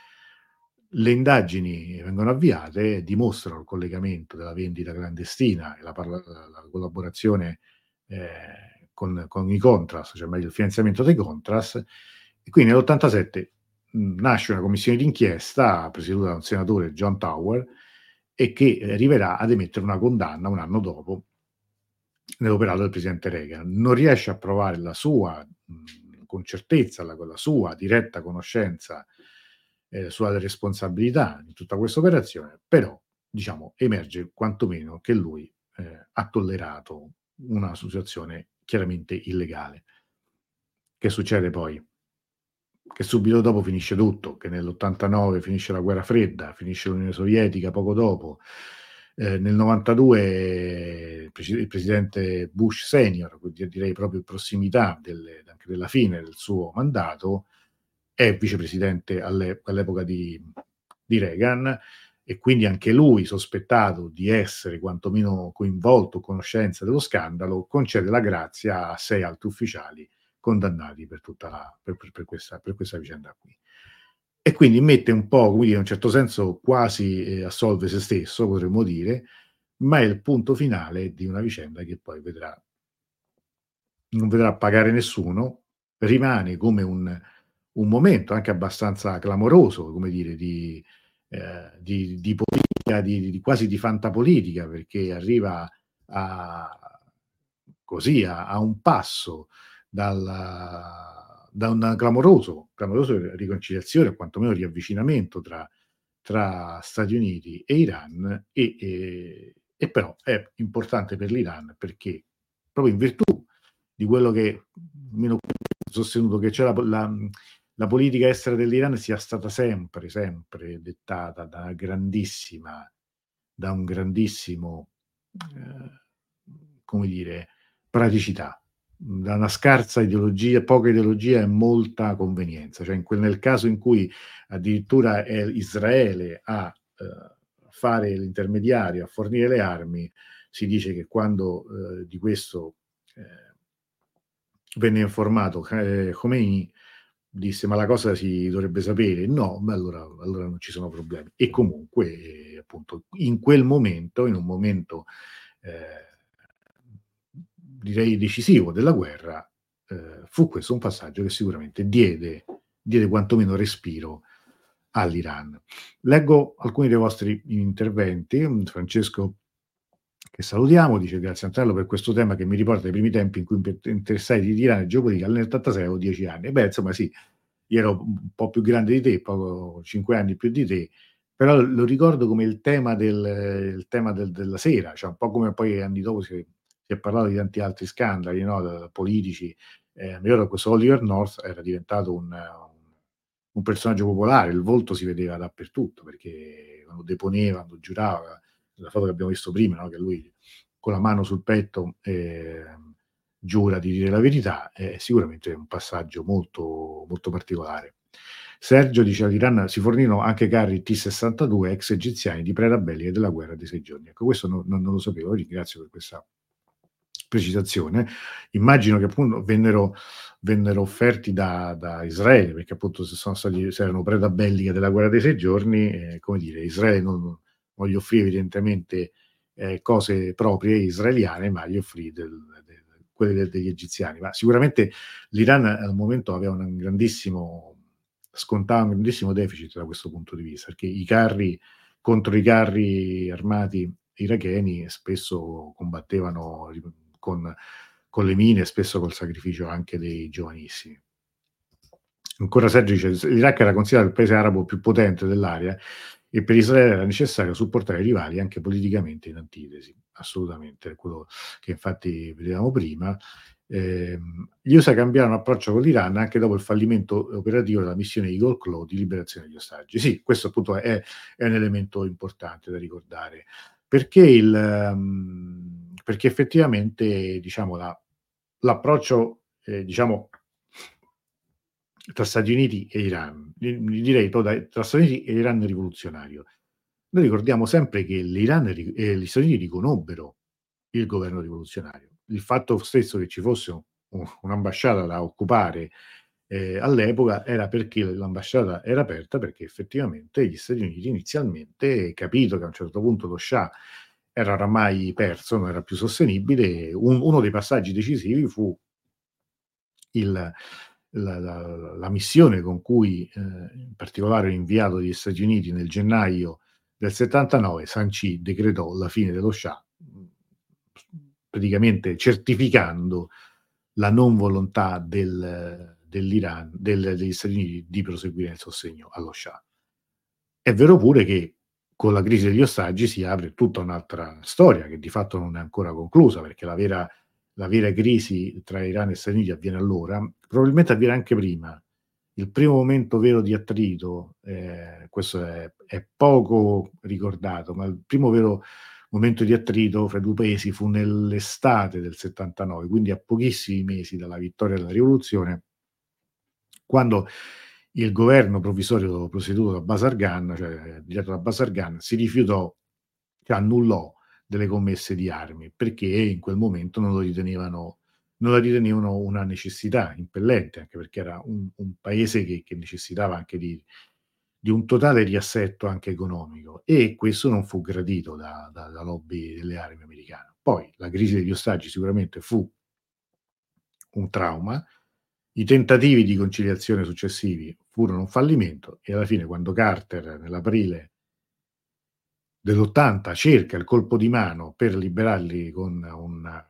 Le indagini vengono avviate e dimostrano il collegamento della vendita clandestina e la parla la la collaborazione, ehm, con con i Contras, cioè meglio il finanziamento dei Contras, e quindi nell'ottantasette, mhmm, nasce una commissione d'inchiesta presieduta da un senatore, John Tower, e che eh, arriverà ad emettere una condanna un anno dopo nell'operato del presidente Reagan. Non riesce a provare la sua, mhmm, con certezza, la con la sua diretta conoscenza, ehm, sulla responsabilità di tutta questa operazione, però diciamo emerge quantomeno che lui, ehm, ha tollerato una situazione chiaramente illegale. Che succede poi? Che subito dopo finisce tutto, che nell'ottantanove finisce la guerra fredda, finisce l'Unione Sovietica poco dopo. Ehm, nel novantadue il presi il presidente Bush senior, quindi direi proprio in prossimità delle anche della fine del suo mandato, è vicepresidente all'e all'epoca di di Reagan, e quindi anche lui, sospettato di essere quantomeno coinvolto o conoscenza dello scandalo, concede la grazia a sei altri ufficiali condannati per tutta la per per per questa per questa vicenda qui. E quindi mette un po', come dire, in un certo senso quasi, ehm, assolve se stesso, potremmo dire, ma è il punto finale di una vicenda che poi vedrà non vedrà pagare nessuno, rimane come un un momento anche abbastanza clamoroso, come dire, di ehm, di di politica, di di quasi di fantapolitica, perché arriva a così a a un passo dal da un clamoroso clamoroso riconciliazione, o quantomeno riavvicinamento tra tra Stati Uniti e Iran, e ehm, e però è importante per l'Iran perché proprio in virtù di quello che almeno sostenuto, che c'è la po la mhmm, la politica estera dell'Iran sia stata sempre, sempre dettata da grandissima da un grandissimo, ehm, come dire, praticità, mhmm, da una scarsa ideologia, poca ideologia e molta convenienza. Cioè in quel nel caso in cui addirittura è Israele a, ehm, fare l'intermediario, a fornire le armi, si dice che quando, ehm, di questo, ehm venne informato Kha Khomeini, disse: "Ma la cosa si dovrebbe sapere". "No, beh allora allora non ci sono problemi". E comunque, appunto, in quel momento, in un momento, ehm, direi decisivo della guerra, ehm, fu questo un passaggio che sicuramente diede diede quantomeno respiro all'Iran. Leggo alcuni dei vostri interventi. Mhmm, Francesco, che salutiamo, dice: "Grazie Antonello per questo tema che mi riporta ai primi tempi in cui mi pe interessai di Iran e geopolitica. Nell'ottantasei avevo dieci anni". E beh, insomma sì, io ero un po' più grande di te, poco cinque anni più di te, però lo ricordo come il tema del il tema del della sera, cioè un po' come poi anni dopo si è si è parlato di tanti altri scandali, no, d politici. Ehm, mi ricordo questo Oliver North era diventato un un un personaggio popolare, il volto si vedeva dappertutto, perché quando deponeva, quando giurava, la foto che abbiamo visto prima, no, che lui con la mano sul petto, ehm, giura di dire la verità, è sicuramente un passaggio molto, molto particolare. Sergio dice: all'Iran si fornirono anche carri T sessantadue ex egiziani di preda bellica della guerra dei sei giorni. Ecco, questo non, non, non lo sapevo, ringrazio per questa precisazione. Immagino che appunto vennero, vennero offerti da, da Israele, perché appunto se sono stati, se erano preda bellica della guerra dei sei giorni, eh, come dire, Israele non, non gli offrì evidentemente eh, cose proprie israeliane, ma gli offrì del, del, quelle de, degli egiziani. Ma sicuramente l'Iran al momento aveva un grandissimo, scontava un grandissimo deficit da questo punto di vista, perché i carri contro i carri armati iracheni spesso combattevano con, con le mine, spesso col sacrificio anche dei giovanissimi. Ancora Sergio dice: l'Iraq era considerato il paese arabo più potente dell'area e per Israele era necessario supportare i rivali anche politicamente in antitesi. Assolutamente, quello che infatti vedevamo prima. Eh, gli U S A cambiarono approccio con l'Iran anche dopo il fallimento operativo della missione Eagle Claw di liberazione degli ostaggi. Sì, questo appunto è, è un elemento importante da ricordare, perché, il, um, perché effettivamente diciamo, la, l'approccio eh, diciamo, tra Stati Uniti e Iran, direi tra Stati Uniti e Iran rivoluzionario. Noi ricordiamo sempre che l'Iran e gli Stati Uniti riconobbero il governo rivoluzionario. Il fatto stesso che ci fosse un'ambasciata da occupare eh, all'epoca era perché l'ambasciata era aperta, perché effettivamente gli Stati Uniti inizialmente, capito che a un certo punto lo Shah era oramai perso, non era più sostenibile, un, uno dei passaggi decisivi fu il, la, la, la missione con cui eh, in particolare l'inviato degli Stati Uniti nel gennaio del settantanove sancì, decretò la fine dello Shah, praticamente certificando la non volontà del, dell'Iran, del, degli Stati Uniti di proseguire il sostegno allo Shah. È vero pure che con la crisi degli ostaggi si apre tutta un'altra storia che di fatto non è ancora conclusa, perché la vera, la vera crisi tra Iran e Stati Uniti avviene allora, probabilmente avviene anche prima. Il primo momento vero di attrito, eh, questo è, è poco ricordato, ma il primo vero momento di attrito fra i due paesi fu nell'estate del settantanove, quindi a pochissimi mesi dalla vittoria della rivoluzione, quando il governo provvisorio presieduto da Basargan, cioè diretto da Basargan, si rifiutò, cioè annullò delle commesse di armi, perché in quel momento non lo ritenevano, non la ritenevano una necessità impellente, anche perché era un, un paese che, che necessitava anche di, di un totale riassetto anche economico, e questo non fu gradito da, da, da lobby delle armi americane. Poi la crisi degli ostaggi sicuramente fu un trauma. I tentativi di conciliazione successivi furono un fallimento e alla fine, quando Carter nell'aprile dell'ottanta cerca il colpo di mano per liberarli con, un,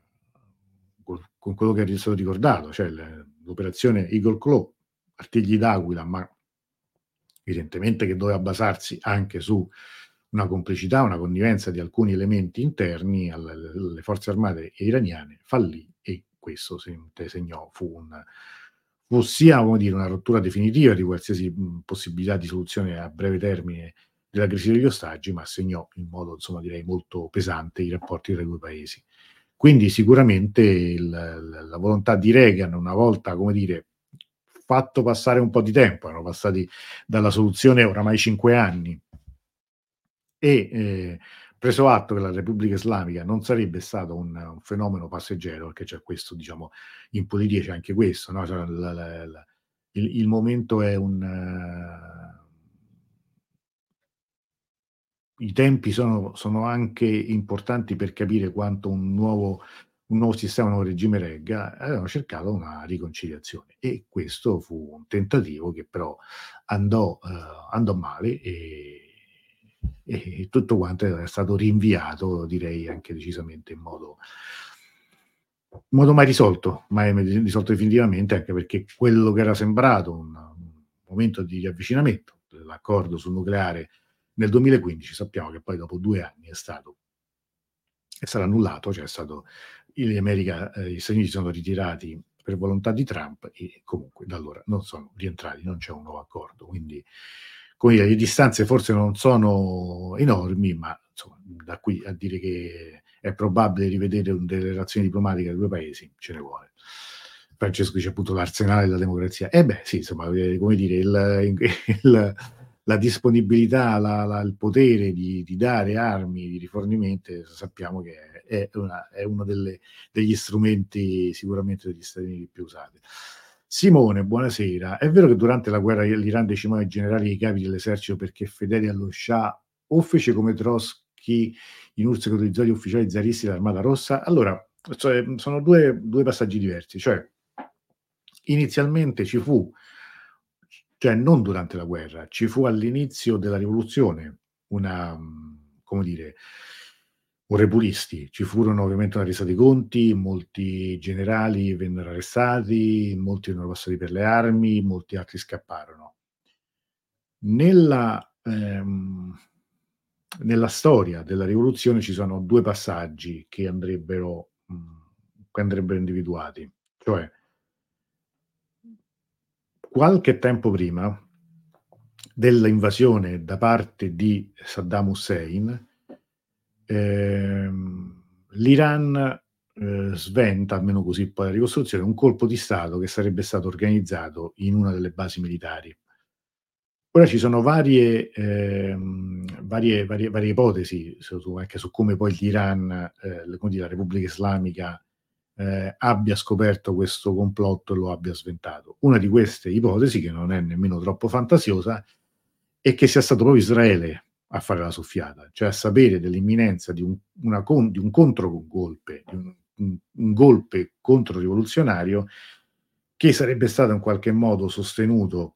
con quello che è stato ricordato, cioè l'operazione Eagle Claw, artigli d'aquila, ma evidentemente che doveva basarsi anche su una complicità, una connivenza di alcuni elementi interni alle, alle forze armate iraniane, fallì, e questo segnò, fu, un, fu sia come dire, una rottura definitiva di qualsiasi mh, possibilità di soluzione a breve termine della crisi degli ostaggi, ma segnò in modo, insomma, direi molto pesante i rapporti tra i due paesi. Quindi sicuramente il, la volontà di Reagan, una volta, come dire, fatto passare un po' di tempo, erano passati dalla soluzione oramai cinque anni, e eh, preso atto che la Repubblica Islamica non sarebbe stato un, un fenomeno passeggero, perché c'è questo, diciamo, in politica c'è anche questo, no? Cioè, la, la, la, il, il momento è un... Uh, i tempi sono, sono anche importanti per capire quanto un nuovo, un nuovo sistema, un nuovo regime regga. Avevano cercato una riconciliazione, e questo fu un tentativo che però andò, uh, andò male, e, e tutto quanto è stato rinviato, direi anche decisamente in modo, in modo mai risolto, mai risolto definitivamente, anche perché quello che era sembrato un, un momento di riavvicinamento, l'accordo sul nucleare nel duemilaquindici, sappiamo che poi dopo due anni è stato, è stato annullato, cioè è stato, in America, eh, gli Stati Uniti sono ritirati per volontà di Trump, e comunque da allora non sono rientrati, non c'è un nuovo accordo. Quindi, come dire, le distanze forse non sono enormi, ma insomma, da qui a dire che è probabile rivedere un delle relazioni diplomatiche dei due paesi, ce ne vuole. Francesco dice appunto l'arsenale della democrazia. Eh beh, sì, insomma, ehm, come dire, il il la disponibilità, la la il potere di di dare armi, di rifornimento, sappiamo che è è una è uno delle degli strumenti sicuramente degli Stati Uniti più usati. Simone, buonasera. È vero che durante la guerra i l'Iran decimò i generali e i capi dell'esercito perché fedeli allo Shah o fece come Trotsky in U R S S che utilizzò gli ufficiali zaristi dell'Armata Rossa? Allora, cioè, sono due due passaggi diversi, cioè inizialmente ci fu cioè non durante la guerra, ci fu all'inizio della rivoluzione una mhmm, come dire, un repulisti. Ci furono ovviamente una resa dei conti, molti generali vennero arrestati, molti vennero passati per le armi, molti altri scapparono. Nella ehm, nella storia della rivoluzione ci sono due passaggi che andrebbero mhmm, che andrebbero individuati. Cioè qualche tempo prima dell'invasione da parte di Saddam Hussein, ehm, l'Iran, ehm, sventa, almeno così poi la ricostruzione, un colpo di stato che sarebbe stato organizzato in una delle basi militari. Ora ci sono varie ehm, varie varie varie ipotesi su su anche su come poi l'Iran, ehm, l come dire, la Repubblica Islamica, ehm, abbia scoperto questo complotto e lo abbia sventato. Una di queste ipotesi, che non è nemmeno troppo fantasiosa, è che sia stato proprio Israele a fare la soffiata, cioè a sapere dell'imminenza di un una con di un controgolpe, di un un un golpe controrivoluzionario che sarebbe stato in qualche modo sostenuto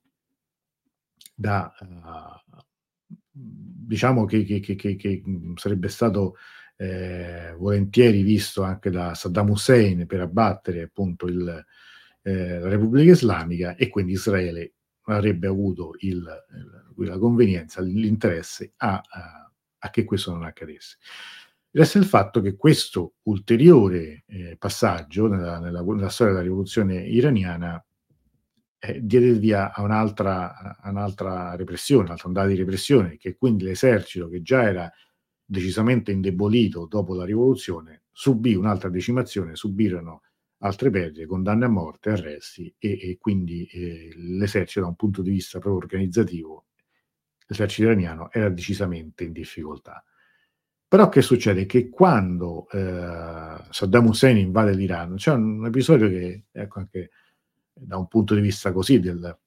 da uhm, diciamo che che che che che, mhmm, sarebbe stato, ehm, volentieri visto anche da Saddam Hussein per abbattere appunto il ehm, la Repubblica Islamica e quindi Israele avrebbe avuto il il la convenienza, l'interesse a a a che questo non accadesse. Resta il fatto che questo ulteriore, ehm, passaggio nella nella nella storia della rivoluzione iraniana eh, diede il via a un'altra a a un'altra repressione, un'altra ondata di repressione, che quindi l'esercito, che già era decisamente indebolito dopo la rivoluzione, subì un'altra decimazione, subirono altre perdite, condanne a morte, arresti e e quindi, ehm, l'esercito da un punto di vista proprio organizzativo, l'esercito iraniano era decisamente in difficoltà. Però che succede? Che quando, ehm, Saddam Hussein invade l'Iran, c'è un episodio che, ecco, anche da un punto di vista così del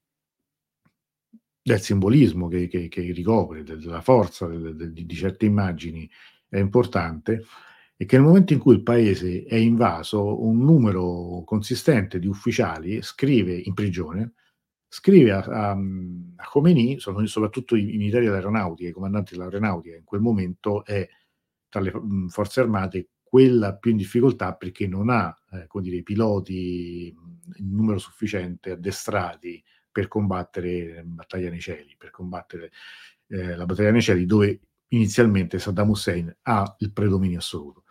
del simbolismo che che che ricopre, de della forza del de di di certe immagini è importante, è che nel momento in cui il paese è invaso, un numero consistente di ufficiali scrive in prigione, scrive a a mhmm, a Khomeini, sono soprattutto i i militari dell'aeronautica, i comandanti dell'aeronautica, in quel momento è tra le, mhmm, forze armate quella più in difficoltà perché non ha, ehm, come dire, i piloti, mhmm, in numero sufficiente addestrati per combattere battaglia nei cieli, per combattere, ehm, la battaglia nei cieli dove inizialmente Saddam Hussein ha il predominio assoluto.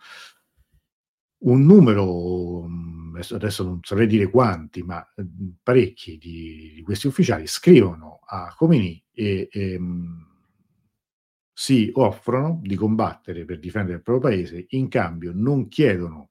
Un numero, mhmm, adesso adesso non saprei dire quanti, ma, mhmm, parecchi di di questi ufficiali scrivono a Khomeini e, ehm, si offrono di combattere per difendere il proprio paese, in cambio non chiedono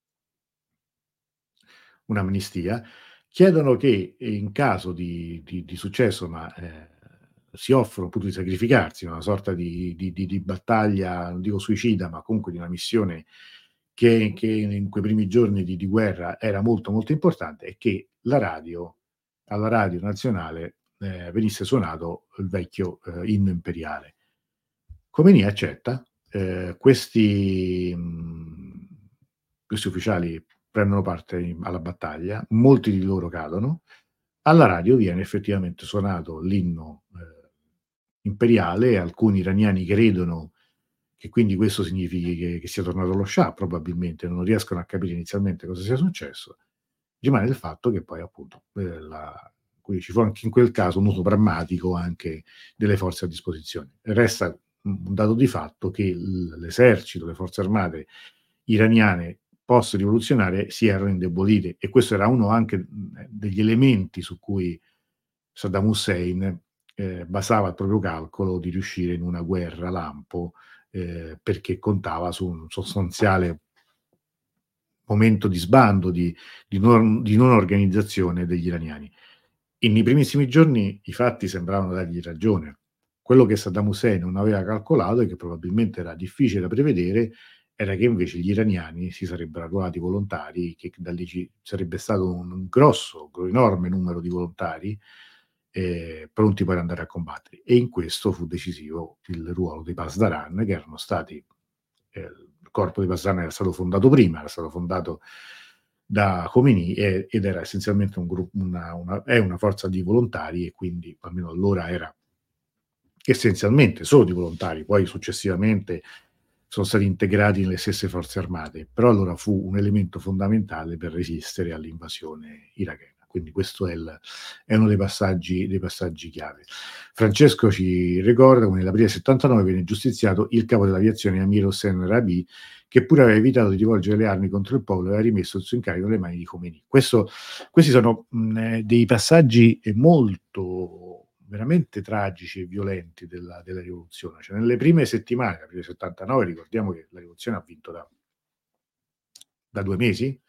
un'amnistia, chiedono che in caso di di di successo, ma, ehm, si offrono appunto di sacrificarsi in una sorta di di di di battaglia, non dico suicida, ma comunque di una missione che che in quei primi giorni di di guerra era molto, molto importante e che la radio alla radio nazionale, ehm, venisse suonato il vecchio, ehm, inno imperiale. Khomeini accetta, ehm, questi mhmm, questi ufficiali prendono parte in alla battaglia, molti di loro cadono. Alla radio viene effettivamente suonato l'inno, ehm, imperiale e alcuni iraniani credono che quindi questo significhi che che sia tornato lo Shah, probabilmente, non riescono a capire inizialmente cosa sia successo. Rimane il fatto che poi appunto, ehm, la quindi ci fu anche in quel caso un uso prammatico anche delle forze a disposizione. Resta un un dato di fatto che l l'esercito, le forze armate iraniane post rivoluzionarie si erano indebolite e questo era uno anche, mhmm, degli elementi su cui Saddam Hussein, ehm, basava il proprio calcolo di riuscire in una guerra lampo, ehm, perché contava su un sostanziale momento di sbando, di di non di non organizzazione degli iraniani. E nei primissimi giorni i fatti sembravano dargli ragione. Quello che Saddam Hussein non aveva calcolato e che probabilmente era difficile da prevedere, era che invece gli iraniani si sarebbero arruolati volontari, che da lì ci sarebbe stato un grosso, enorme numero di volontari, ehm, pronti poi ad andare a combattere. E in questo fu decisivo il ruolo dei Pasdaran, che erano stati ehm, il corpo di Pasdaran era stato fondato prima, era stato fondato da Khomeini e ed era essenzialmente un gru una una è una forza di volontari e quindi, almeno allora, era essenzialmente solo di volontari, poi successivamente sono stati integrati nelle stesse forze armate, però allora fu un elemento fondamentale per resistere all'invasione irachena. Quindi questo è il è uno dei passaggi dei passaggi chiave. Francesco ci ricorda come nell'aprile settantanove venne giustiziato il capo dell'aviazione Amir Hossein Rabi, che pure aveva evitato di rivolgere le armi contro il popolo e aveva rimesso il suo incarico nelle mani di Khomeini. Questo questi sono, mhmm, ehm, dei passaggi, ehm, molto veramente tragici e violenti della della rivoluzione. Cioè nelle prime settimane, aprile settantanove, ricordiamo che la rivoluzione ha vinto da da due mesi,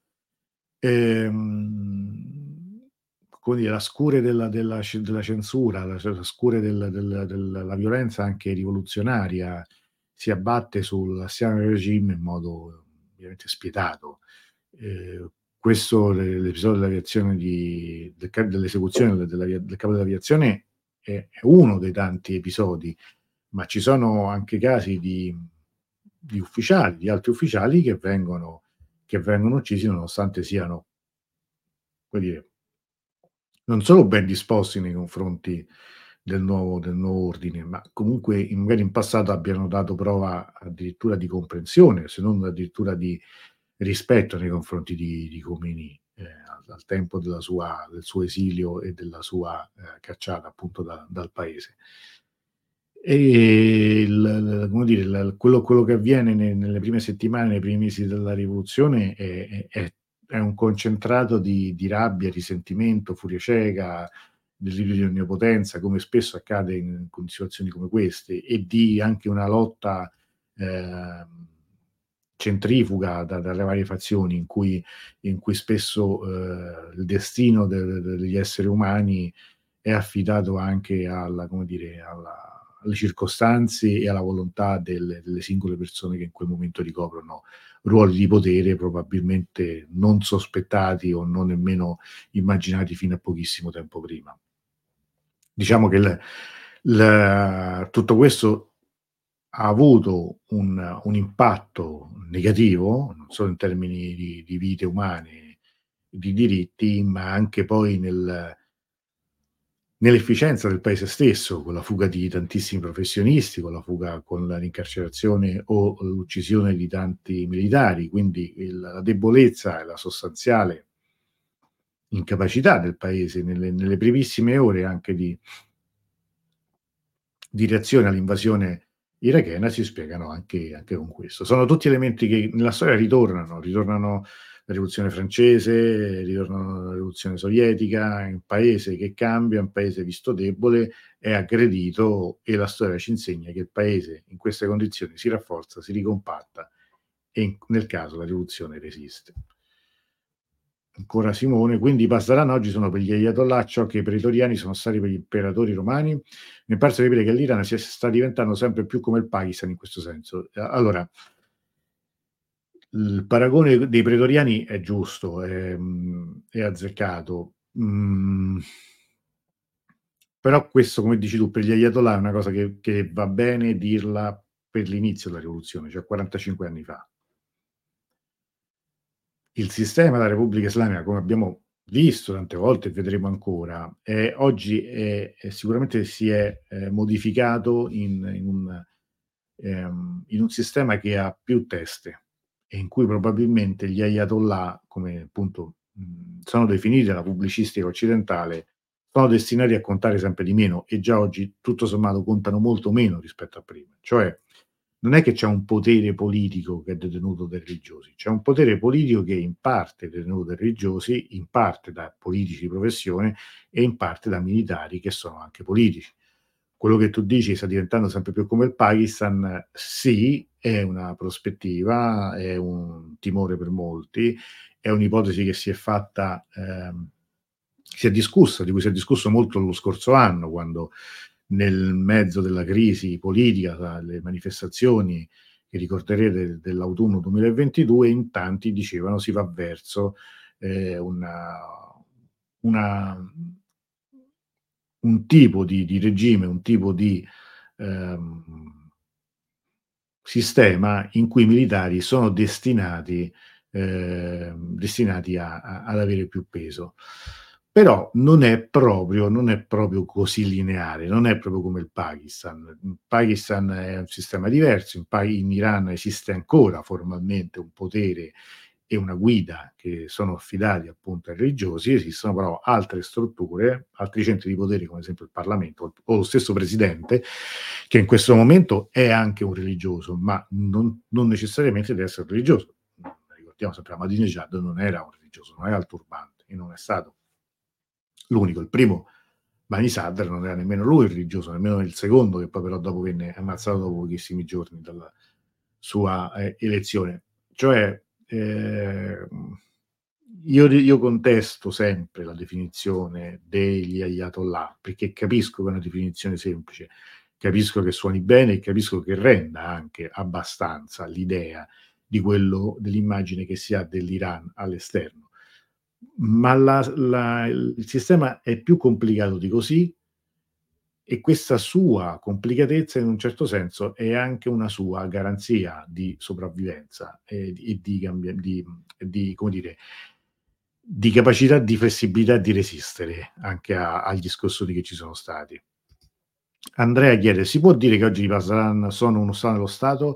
ehm, come dire, la scure della della ce della censura, la ce la scure del del del la violenza anche rivoluzionaria si abbatte sul Syrian regime in modo ovviamente spietato. Ehm, questo l'e l'episodio dell'aviazione di del ca dell'esecuzione de dell'avia del capo dell'aviazione è è uno dei tanti episodi, ma ci sono anche casi di di ufficiali, di alti ufficiali che vengono che vengono uccisi nonostante siano, come dire, non solo ben disposti nei confronti del nuovo del nuovo ordine, ma comunque in magari in passato abbiano dato prova addirittura di comprensione, se non addirittura di rispetto nei confronti di di Khomeini, ehm, al al tempo della sua del suo esilio e della sua, ehm, cacciata appunto da dal paese. E il l come dire, il quello quello che avviene ne nelle prime settimane, nei primi mesi della rivoluzione è è è è un concentrato di di rabbia, risentimento, furia cieca, delirio di onnipotenza, come spesso accade in con situazioni come queste, e di anche una lotta, ehm, centrifuga da dalle varie fazioni in cui in cui spesso, ehm, il destino de de degli esseri umani è affidato anche alla come dire, alla alle circostanze e alla volontà delle delle singole persone che in quel momento ricoprono ruoli di potere probabilmente non sospettati o non nemmeno immaginati fino a pochissimo tempo prima. Diciamo che il il tutto questo ha avuto un un impatto negativo, non solo in termini di di vite umane, di diritti, ma anche poi nel nell'efficienza del paese stesso, con la fuga di tantissimi professionisti, con la fuga con la l'incarcerazione o l'uccisione di tanti militari, quindi il la debolezza e la sostanziale incapacità del paese nelle nelle primissime ore anche di di reazione all'invasione irachena si spiegano anche anche con questo. Sono tutti elementi che nella storia ritornano, ritornano la rivoluzione francese, ritornano la rivoluzione sovietica, è un paese che cambia, un paese visto debole, è aggredito e la storia ci insegna che il paese in queste condizioni si rafforza, si ricompatta e in nel caso la rivoluzione resiste. Ancora Simone, quindi i Pasdaran oggi sono per gli ayatollah ciò che i pretoriani sono stati per gli imperatori romani. Mi è parso capire che l'Iran sia sta diventando sempre più come il Pakistan in questo senso. A allora, il paragone dei pretoriani è giusto, è mhmm, è azzeccato. Mhmm, però questo, come dici tu, per gli ayatollah è una cosa che che va bene dirla per l'inizio della rivoluzione, cioè quarantacinque anni fa. Il sistema della Repubblica Islamica, come abbiamo visto tante volte e vedremo ancora, ehm, oggi è è sicuramente si è, ehm, modificato in in un ehm, in un sistema che ha più teste e in cui probabilmente gli ayatollah, come appunto, mhmm, sono definiti dalla pubblicistica occidentale, sono destinati a contare sempre di meno e già oggi tutto sommato contano molto meno rispetto a prima. Cioè, non è che c'è un potere politico che è detenuto dai religiosi, c'è un potere politico che in parte è detenuto dai religiosi, in parte da politici di professione e in parte da militari che sono anche politici. quello che tu dici sta diventando sempre più come il Pakistan, sì, è una prospettiva, è un timore per molti, è un'ipotesi che si è fatta, ehm, si è discussa, di cui si è discusso molto lo scorso anno, quando nel mezzo della crisi politica, tra le manifestazioni che ricorderete dell'autunno duemilaventidue, in tanti dicevano si va verso eh, una, una, un tipo di, di regime, un tipo di ehm, sistema in cui i militari sono destinati, ehm, destinati a, a, ad avere più peso. Però non è proprio, non è proprio così lineare, non è proprio come il Pakistan. Il Pakistan è un sistema diverso, in, pa- in Iran esiste ancora formalmente un potere e una guida che sono affidati appunto ai religiosi, esistono però altre strutture, altri centri di potere come ad esempio il Parlamento o lo stesso presidente, che in questo momento è anche un religioso, ma non, non necessariamente deve essere religioso. Ricordiamo sempre, Ahmadinejad non era un religioso, non era il turbante e non è stato l'unico. Il primo, Bani Sadr, non era nemmeno lui religioso, nemmeno il secondo, che poi però dopo venne ammazzato dopo pochissimi giorni dalla sua eh, elezione. Cioè, eh, io, io contesto sempre la definizione degli ayatollah, perché capisco che è una definizione semplice, capisco che suoni bene e capisco che renda anche abbastanza l'idea di quello, dell'immagine che si ha dell'Iran all'esterno. Ma la, la, il sistema è più complicato di così e questa sua complicatezza in un certo senso è anche una sua garanzia di sopravvivenza e, di, e di, cambia, di, di, come dire, di capacità di flessibilità di resistere anche a, agli scossoni che ci sono stati. Andrea chiede, si può dire che oggi i Pasdaran sono uno Stato nello Stato?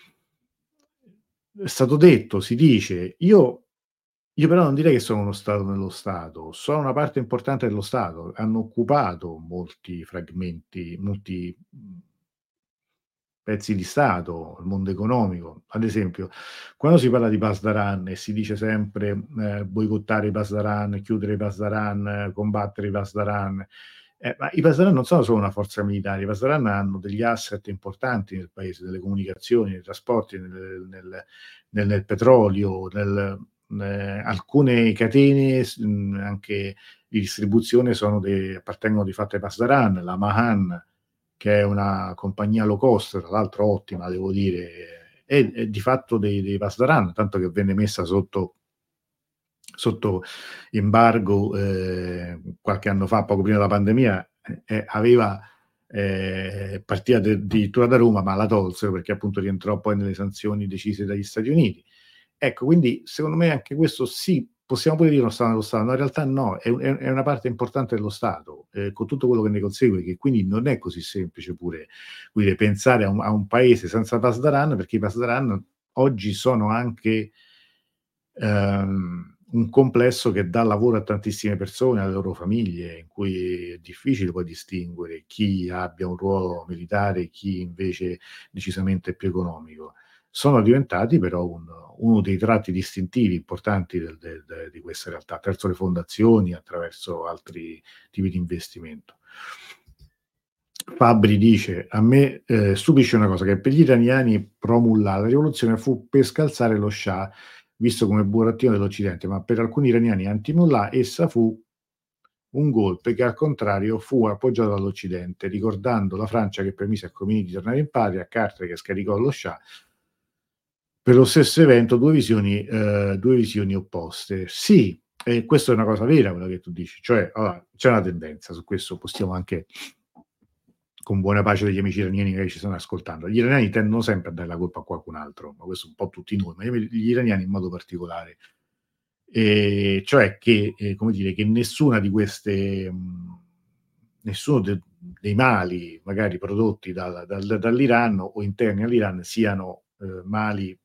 È stato detto, si dice, io Io però non direi che sono uno Stato nello Stato, sono una parte importante dello Stato, hanno occupato molti fragmenti, molti mh, pezzi di Stato, il mondo economico. Ad esempio, quando si parla di Pasdaran e si dice sempre eh, boicottare i Pasdaran, chiudere i Pasdaran, eh, combattere i Pasdaran, eh, ma i Pasdaran non sono solo una forza militare, i Pasdaran hanno degli asset importanti nel paese, delle comunicazioni, nei trasporti, nel, nel, nel, nel petrolio, nel, eh, alcune catene mh, anche di distribuzione sono de, appartengono di fatto ai Pasdaran, la Mahan, che è una compagnia low cost, tra l'altro ottima, devo dire, è, è di fatto dei, dei Pasdaran, tanto che venne messa sotto, sotto embargo eh, qualche anno fa, poco prima della pandemia, eh, aveva eh, partita addirittura da Roma, ma la tolsero perché appunto rientrò poi nelle sanzioni decise dagli Stati Uniti. Ecco, quindi secondo me anche questo sì, possiamo pure dire uno Stato nello Stato, ma in realtà no, è, è una parte importante dello Stato, eh, con tutto quello che ne consegue, che quindi non è così semplice pure quindi, pensare a un, a un paese senza Pasdaran, perché i Pasdaran oggi sono anche ehm, un complesso che dà lavoro a tantissime persone, alle loro famiglie, in cui è difficile poi distinguere chi abbia un ruolo militare e chi invece decisamente più economico. Sono diventati però un, uno dei tratti distintivi importanti del, del, del, di questa realtà, attraverso le fondazioni, attraverso altri tipi di investimento. Fabri dice, a me eh, stupisce una cosa, che per gli iraniani pro-mullah la rivoluzione fu per scalzare lo Shah, visto come burattino dell'Occidente, ma per alcuni iraniani anti-mullah essa fu un golpe che al contrario fu appoggiato dall'Occidente, ricordando la Francia che permise a Khomeini di tornare in patria, Carter che scaricò lo Shah. Per lo stesso evento due visioni, eh, due visioni opposte. Sì, e questa è una cosa vera quella che tu dici, cioè allora, c'è una tendenza, su questo possiamo anche con buona pace degli amici iraniani che ci stanno ascoltando. Gli iraniani tendono sempre a dare la colpa a qualcun altro, ma questo un po' tutti noi, ma gli iraniani in modo particolare. E cioè che, eh, come dire, che nessuna di queste, mh, nessuno de, dei mali magari prodotti da, da, dall'Iran o interni all'Iran siano eh, mali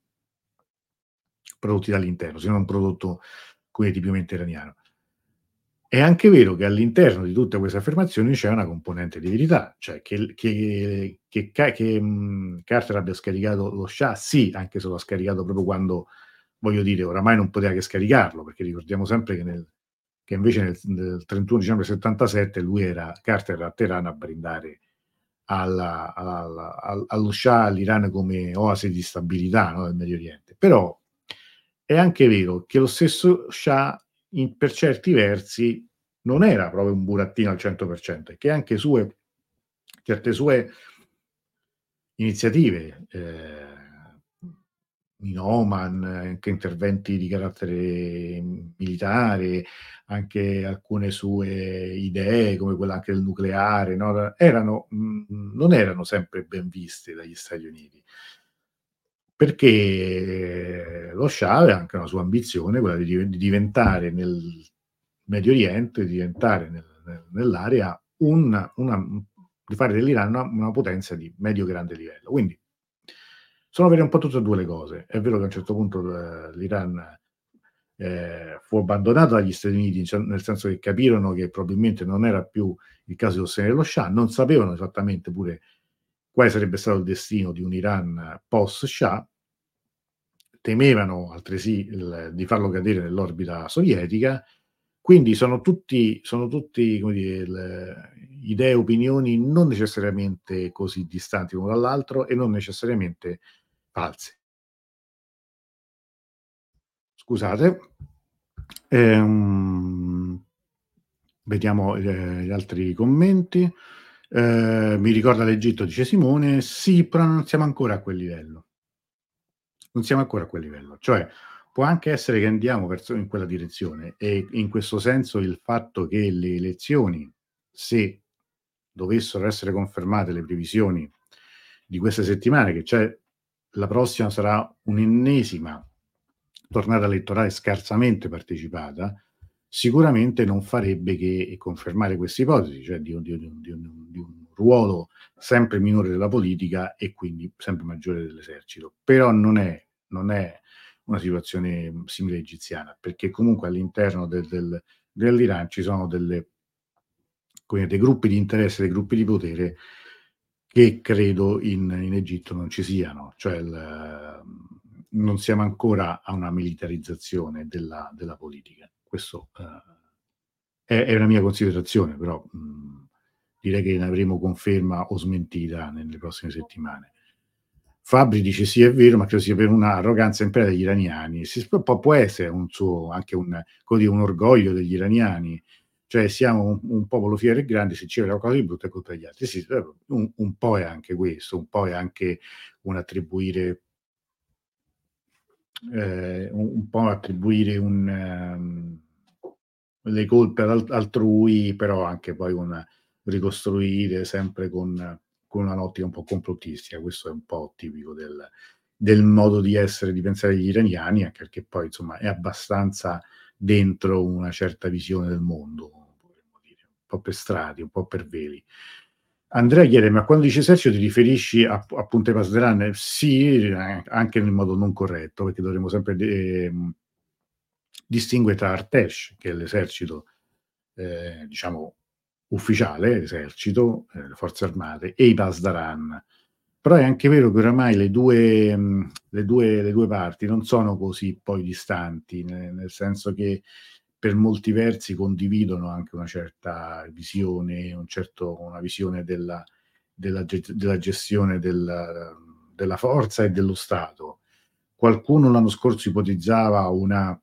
prodotti dall'interno, siano un prodotto come tipicamente iraniano. È anche vero che all'interno di tutte queste affermazioni c'è una componente di verità, cioè che, che, che, che mh, Carter abbia scaricato lo Shah, sì, anche se lo ha scaricato proprio quando, voglio dire, oramai non poteva che scaricarlo, perché ricordiamo sempre che, nel, che invece nel, nel trentuno dicembre settantasette lui era, Carter era a Teheran a brindare alla alla al allo Shah, all'Iran come oasi di stabilità, no, del Medio Oriente. Però è anche vero che lo stesso Shah in per certi versi non era proprio un burattino al cento per cento e che anche sue certe sue iniziative, ehm, in Oman, anche interventi di carattere militare, anche alcune sue idee, come quella anche del nucleare, no, erano mhmm, non erano sempre ben viste dagli Stati Uniti. Perché lo Shah aveva anche una sua ambizione, quella di diven di diventare nel Medio Oriente, di diventare nel nel nell'area un una mhmm, di fare dell'Iran una una potenza di medio-grande livello. Quindi sono vere un po' tutte e due le cose. È vero che a un certo punto l l'Iran, ehm, fu abbandonato dagli Stati Uniti, cioè nel senso che capirono che probabilmente non era più il caso di sostenere lo Shah, non sapevano esattamente pure quale sarebbe stato il destino di un Iran post Shah, temevano altresì il di farlo cadere nell'orbita sovietica, quindi sono tutti sono tutti, come dire, il idee e opinioni non necessariamente così distanti l'uno dall'altro e non necessariamente false. Scusate. Ehm, vediamo, ehm, gli altri commenti. Ehm, mi ricorda l'Egitto, dice Simone. Sì, però non siamo ancora a quel livello. Non siamo ancora a quel livello. Cioè, può anche essere che andiamo verso in quella direzione e in questo senso il fatto che le elezioni, se dovessero essere confermate le previsioni di queste settimane, che c'è la prossima sarà un'ennesima tornata elettorale scarsamente partecipata, sicuramente non farebbe che confermare questa ipotesi, cioè di un di un di un di un ruolo sempre minore della politica e quindi sempre maggiore dell'esercito. Però non è non è una situazione, mhmm, simile egiziana, perché comunque all'interno del del dell'Iran ci sono delle come dei gruppi di interesse, dei gruppi di potere che credo in in Egitto non ci siano. Cioè il mhmm, non siamo ancora a una militarizzazione della della politica. Questo, ehm, è è una mia considerazione, però, mhmm, direi che ne avremo conferma o smentita nelle prossime settimane. Fabri dice: "Sì, è vero, ma credo sia per un'arroganza imperiale degli iraniani". Si sp può può essere un suo anche un come dire, un orgoglio degli iraniani, cioè siamo un un popolo fiero e grande, se ci qualcosa di brutto è colpa degli altri. Sì, però un un po' è anche questo, un po' è anche un attribuire ehm, un un po' attribuire un mhmm, le colpe ad al altrui, però anche poi un ricostruire sempre con con una ottica un po' complottistica. Questo è un po' tipico del del modo di essere, di pensare degli iraniani, anche perché poi insomma è abbastanza dentro una certa visione del mondo, potremmo dire, un po' per strati, un po' per veli. Andrea chiede: "Ma quando dici esercito ti riferisci a P a Punte Pasdaran?" Sì, eh, anche nel modo non corretto, perché dovremmo sempre de ehm, distinguere tra Artesh, che è l'esercito, ehm, diciamo ufficiale, esercito, ehm, le forze armate, e i Pasdaran. Però è anche vero che oramai le due mhmm, le due le due parti non sono così poi distanti, ne nel senso che per molti versi condividono anche una certa visione, un certo una visione della della ge della gestione del della forza e dello Stato. Qualcuno l'anno scorso ipotizzava una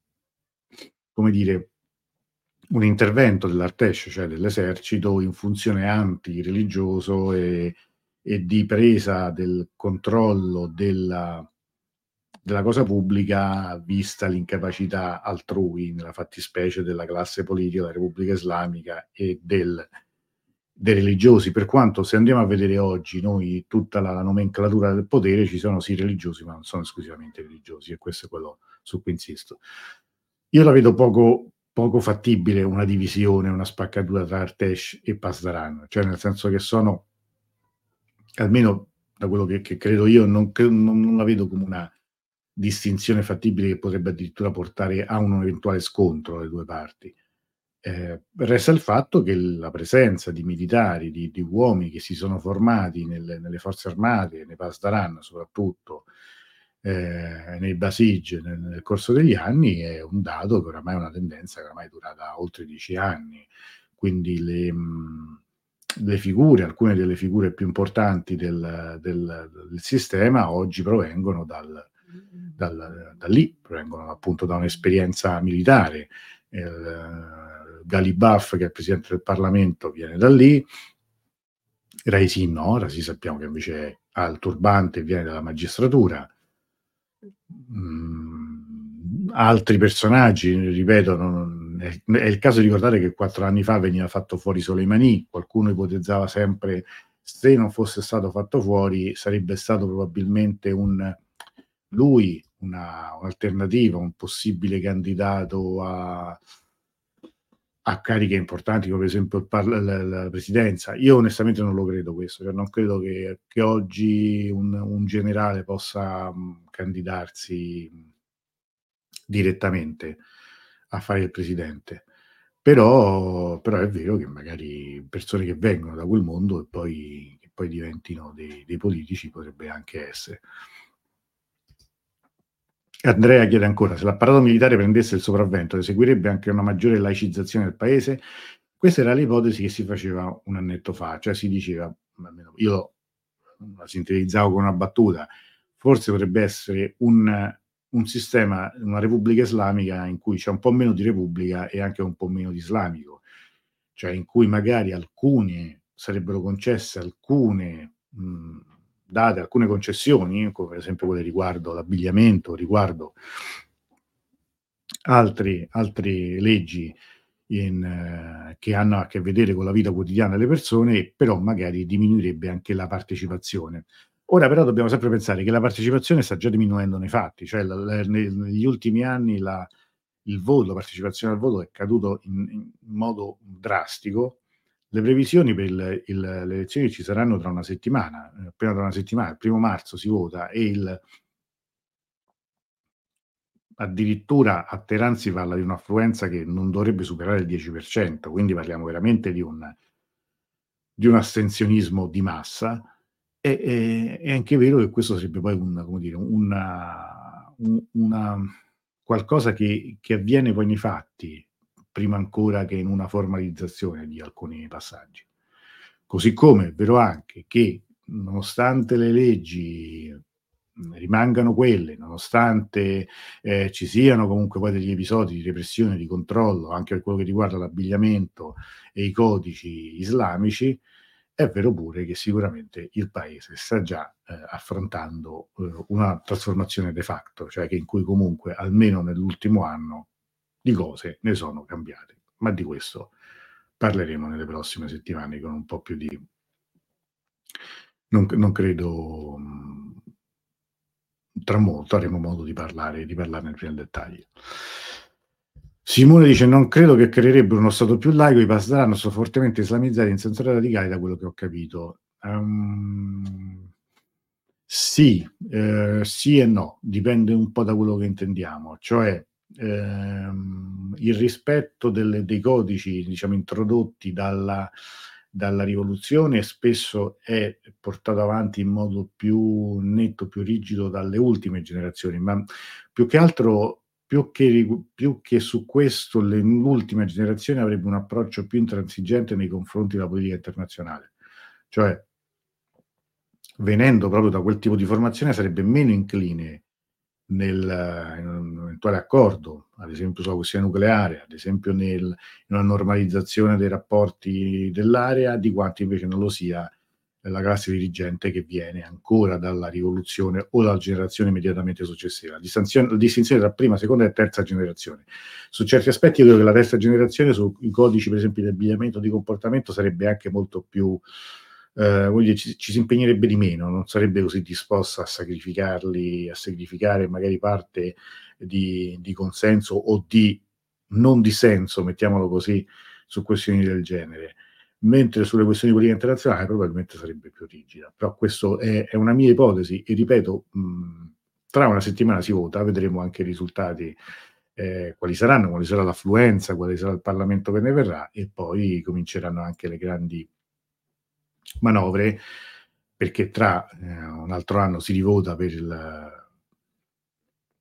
come dire, un intervento dell'Artesh, cioè dell'esercito, in funzione anti-religioso e e di presa del controllo della della cosa pubblica, vista l'incapacità altrui, nella fattispecie della classe politica, della Repubblica Islamica e del dei religiosi. Per quanto se andiamo a vedere oggi noi tutta la nomenclatura del potere, ci sono sì religiosi, ma non sono esclusivamente religiosi e questo è quello su cui insisto. Io la vedo poco poco fattibile una divisione, una spaccatura tra Artesh e Pasdaran, cioè nel senso che sono almeno da quello che che credo io, non cre non non la vedo come una distinzione fattibile che potrebbe addirittura portare a un eventuale scontro tra le due parti. Ehm, resta il fatto che la presenza di militari, di di uomini che si sono formati nelle nelle forze armate, nei Pasdaran soprattutto, ehm, nei Basij nel nel corso degli anni, è un dato che oramai è una tendenza che oramai è durata oltre dieci anni. Quindi le mhmm, le figure, alcune delle figure più importanti del del del sistema oggi provengono dal dal da lì, provengono appunto da un'esperienza militare. Ehm, Galibaf, che è il presidente del Parlamento, viene da lì. Raisi no, Raisi sappiamo che invece ha il turbante e viene dalla magistratura. Mhmm, altri personaggi, ripeto, non è è il caso di ricordare che quattro anni fa veniva fatto fuori Soleimani, qualcuno ipotizzava sempre: se non fosse stato fatto fuori sarebbe stato probabilmente un lui una un'alternativa, un possibile candidato a a cariche importanti come per esempio il parl l la presidenza. Io onestamente non lo credo questo, cioè non credo che che oggi un un generale possa, mhmm, candidarsi, mhmm, direttamente a fare il presidente. Però però è vero che magari persone che vengono da quel mondo e poi che poi diventino dei dei politici potrebbe anche essere. Andrea chiede ancora: "Se l'apparato militare prendesse il sopravvento, ne seguirebbe anche una maggiore laicizzazione del paese?" Questa era l'ipotesi che si faceva un annetto fa, cioè si diceva, ma almeno io la sintetizzavo con una battuta, forse potrebbe essere un un sistema, una repubblica islamica in cui c'è un po' meno di repubblica e anche un po' meno di islamico, cioè in cui magari alcune sarebbero concesse alcune, mhmm, date alcune concessioni, come per esempio quelle riguardo l'abbigliamento, riguardo altri altri leggi in che hanno a che vedere con la vita quotidiana delle persone, però magari diminuirebbe anche la partecipazione. Ora però dobbiamo sempre pensare che la partecipazione sta già diminuendo nei fatti, cioè la la ne negli ultimi anni la il voto, la partecipazione al voto è caduto in in modo drastico. Le previsioni per il il le elezioni ci saranno tra una settimana, ehm, appena tra una settimana, il primo marzo si vota e il addirittura a Teheran si parla di un'affluenza che non dovrebbe superare il dieci per cento, quindi parliamo veramente di un di un astensionismo di massa. E e è anche vero che questo sarebbe poi un come dire, una u una qualcosa che che avviene poi nei fatti, prima ancora che in una formalizzazione di alcuni passaggi. Così come è vero anche che, nonostante le leggi, mhmm, rimangano quelle, nonostante, ehm, ci siano comunque poi degli episodi di repressione, di controllo, anche per quello che riguarda l'abbigliamento e i codici islamici, è vero pure che sicuramente il paese sta già, ehm, affrontando, uhm, una trasformazione de facto, cioè che in cui comunque, almeno nell'ultimo anno, di cose ne sono cambiate. Ma di questo parleremo nelle prossime settimane con un po' più di non c non credo, mhmm, tra molto avremo modo di parlare di parlarne più nel dettaglio. Simone dice: "Non credo che creerebbero uno stato più laico, i pasdaran sono fortemente islamizzati in senso radicale da quello che ho capito." Ehm, sì, ehm, sì e no, dipende un po' da quello che intendiamo. Cioè, ehm, il rispetto delle dei codici, diciamo, introdotti dalla dalla rivoluzione spesso è portato avanti in modo più netto, più rigido dalle ultime generazioni, ma più che altro più che rigu più che su questo le l'ultima generazione avrebbe un approccio più intransigente nei confronti della politica internazionale. Cioè, venendo proprio da quel tipo di formazione sarebbe meno incline nel in un eventuale accordo, ad esempio sulla questione nucleare, ad esempio nel in una normalizzazione dei rapporti dell'area, di quanto invece non lo sia la classe dirigente che viene ancora dalla rivoluzione o dalla generazione immediatamente successiva. La distanzio la distinzione tra prima, seconda e terza generazione. Su certi aspetti io credo che la terza generazione sui codici per esempio di abbigliamento, di comportamento sarebbe anche molto più ehm, voglio dire, ci ci si impegnerebbe di meno, non sarebbe così disposta a sacrificarli a sacrificare magari parte di di consenso o di non dissenso, mettiamolo così, su questioni del genere. Mentre sulle questioni di politica internazionale probabilmente sarebbe più rigida. Però questo è è una mia ipotesi e ripeto, mhmm, tra una settimana si vota, vedremo anche i risultati, ehm, quali saranno, quale sarà l'affluenza, quale sarà il Parlamento che ne verrà e poi cominceranno anche le grandi manovre, perché tra, ehm, un altro anno si rivota per il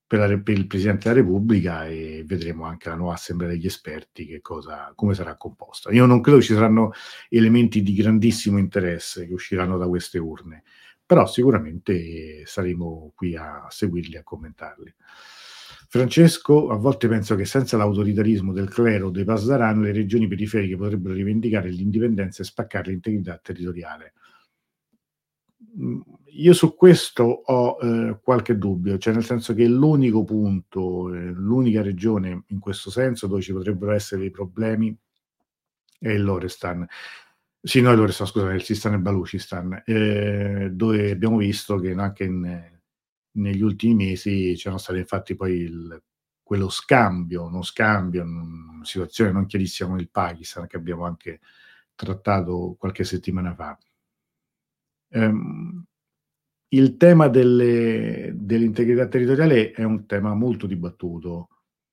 per la re per il Presidente della Repubblica e vedremo anche la nuova assemblea degli esperti che cosa come sarà composta. Io non credo ci saranno elementi di grandissimo interesse che usciranno da queste urne, però sicuramente saremo qui a seguirli, a commentarli. Francesco: "A volte penso che senza l'autoritarismo del clero o dei pasdaran, le regioni periferiche potrebbero rivendicare l'indipendenza e spaccare l'integrità territoriale". Mhmm, io su questo ho, ehm, qualche dubbio, cioè nel senso che l'unico punto, ehm, l'unica regione in questo senso dove ci potrebbero essere dei problemi è il Lorestan. Sì, no, il Lorestan, scusami, il Sistan e Balucistan, ehm, dove abbiamo visto che anche in negli ultimi mesi c'erano state infatti poi il quello scambio, uno scambio, mhmm, situazione non chiarissima con il Pakistan che abbiamo anche trattato qualche settimana fa. Ehm, il tema delle dell'integrità territoriale è un tema molto dibattuto.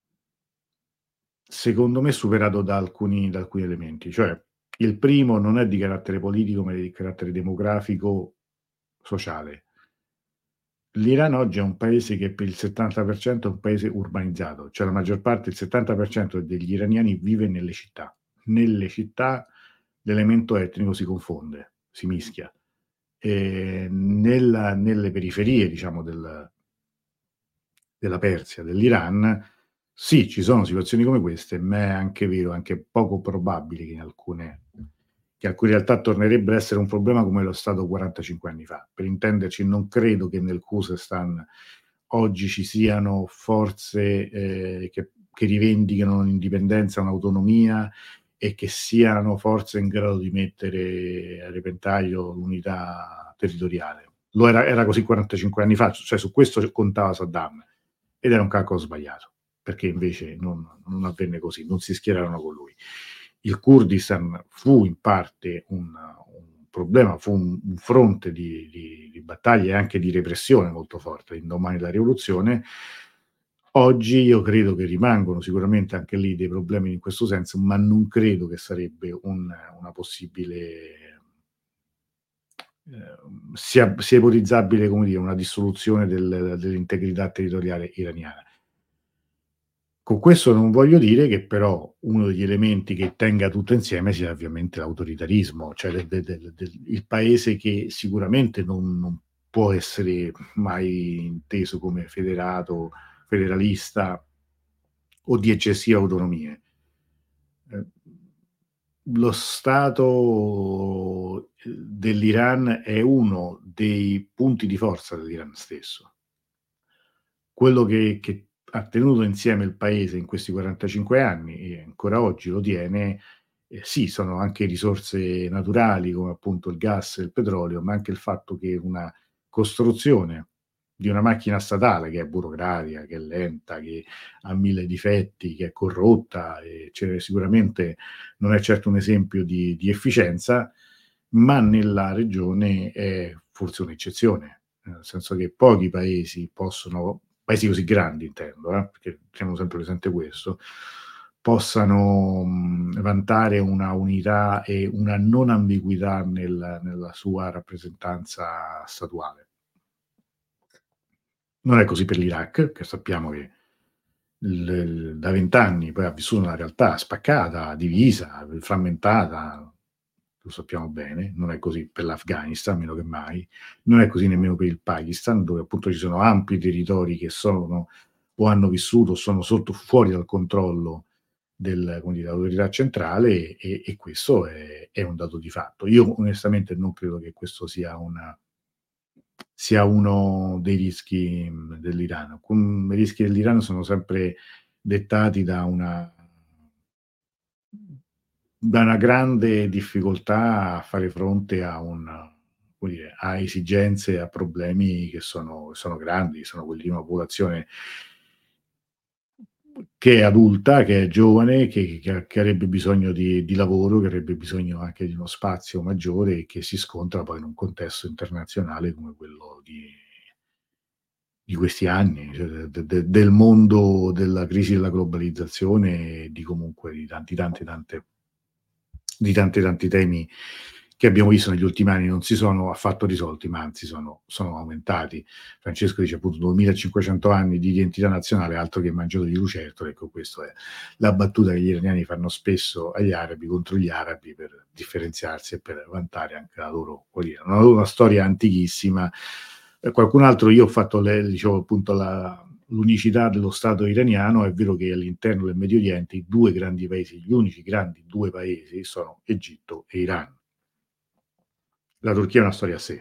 Secondo me superato da alcuni da alcuni elementi. Cioè, il primo non è di carattere politico, ma è di carattere demografico, sociale. L'Iran oggi è un paese che per il settanta per cento è un paese urbanizzato, cioè la maggior parte, il settanta per cento degli iraniani vive nelle città. Nelle città l'elemento etnico si confonde, si mischia. Ehm, nella nelle periferie diciamo del della Persia, dell'Iran, sì, ci sono situazioni come queste, ma è anche vero, anche poco probabile che in alcune che alcune realtà tornerebbe a essere un problema come lo è stato quarantacinque anni fa. Per intenderci, non credo che nel Khuzestan oggi ci siano forze, ehm, che che rivendicano un'indipendenza, un'autonomia e che siano forze in grado di mettere a repentaglio l'unità territoriale. Lo era era così quarantacinque anni fa, cioè su questo contava Saddam. Ed era un calcolo sbagliato, perché invece non non avvenne così, non si schierarono con lui. Il Kurdistan fu in parte un un problema, fu un un fronte di di di battaglia e anche di repressione molto forte all'indomani della rivoluzione. Oggi io credo che rimangono sicuramente anche lì dei problemi in questo senso, ma non credo che sarebbe un una possibile ehm, sia sia ipotizzabile, come dire, una dissoluzione del dell'integrità territoriale iraniana. Con questo non voglio dire che però uno degli elementi che tenga tutto insieme sia ovviamente l'autoritarismo, cioè de de del del il paese che sicuramente non non può essere mai inteso come federato, federalista o di eccessive autonomie. Ehm, lo stato, ehm, dell'Iran è uno dei punti di forza dell'Iran stesso. Quello che che ha tenuto insieme il paese in questi quarantacinque anni e ancora oggi lo tiene, ehm, sì, sono anche risorse naturali come appunto il gas e il petrolio, ma anche il fatto che una costruzione di una macchina statale che è burocratica, che è lenta, che ha mille difetti, che è corrotta, e cioè sicuramente non è certo un esempio di di efficienza, ma nella regione è forse un'eccezione, nel senso che pochi paesi possono, paesi così grandi intendo, eh, perché teniamo sempre presente questo, possano, mhmm, vantare una unità e una non ambiguità nel nella sua rappresentanza statuale. Non è così per l'Iraq, che sappiamo che il il da venti anni poi ha vissuto una realtà spaccata, divisa, frammentata, lo sappiamo bene, non è così per l'Afghanistan, meno che mai, non è così nemmeno per il Pakistan, dove appunto ci sono ampi territori che sono o hanno vissuto o sono sotto fuori dal controllo del come dire, dell'autorità centrale e e questo è è un dato di fatto. Io onestamente non credo che questo sia una sia uno dei rischi, mhmm, dell'Iran. Con i rischi dell'Iran sono sempre dettati da una da una grande difficoltà a fare fronte a un come dire, a esigenze, a problemi che sono sono grandi, sono quelli di una popolazione che è adulta, che è giovane, che che che avrebbe bisogno di di lavoro, che avrebbe bisogno anche di uno spazio maggiore e che si scontra poi in un contesto internazionale come quello di di questi anni, cioè de de del mondo della crisi della globalizzazione e di comunque di tanti, tanti, tante di tanti, tanti temi che abbiamo visto negli ultimi anni non si sono affatto risolti, ma anzi sono, sono aumentati. Francesco dice appunto duemilacinquecento anni di identità nazionale, altro che mangiato di lucertole. Ecco, questa è la battuta che gli iraniani fanno spesso agli arabi contro gli arabi per differenziarsi e per vantare anche la loro, una, una storia antichissima. Eh, qualcun altro, io ho fatto le, dicevo appunto la, l'unicità dello Stato iraniano. È vero che all'interno del Medio Oriente i due grandi paesi, gli unici grandi due paesi sono Egitto e Iran. La Turchia è una storia a sé,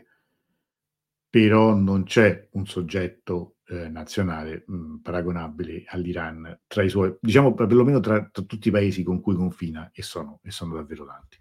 però non c'è un soggetto eh, nazionale mh, paragonabile all'Iran tra i suoi, diciamo perlomeno tra, tra tutti i paesi con cui confina, e sono, e sono davvero tanti.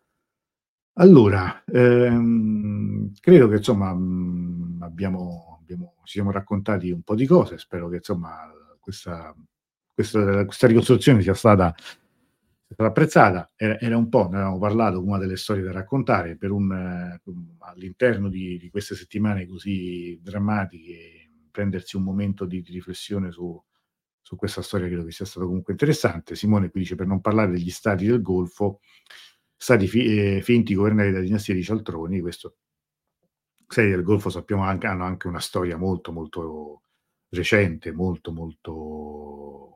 Allora, ehm, credo che insomma mh, abbiamo, abbiamo, ci siamo raccontati un po' di cose. Spero che insomma questa, questa, questa ricostruzione sia stata, sia stata apprezzata. Era, era un po', ne avevamo parlato, una delle storie da raccontare per un, eh, all'interno di, di queste settimane così drammatiche. Prendersi un momento di, di riflessione su, su questa storia credo che sia stato comunque interessante. Simone qui dice, per non parlare degli stati del Golfo, stati fi- eh, finti governati da dinastie di cialtroni. Questo, stati del Golfo sappiamo anche, hanno anche una storia molto molto recente, molto molto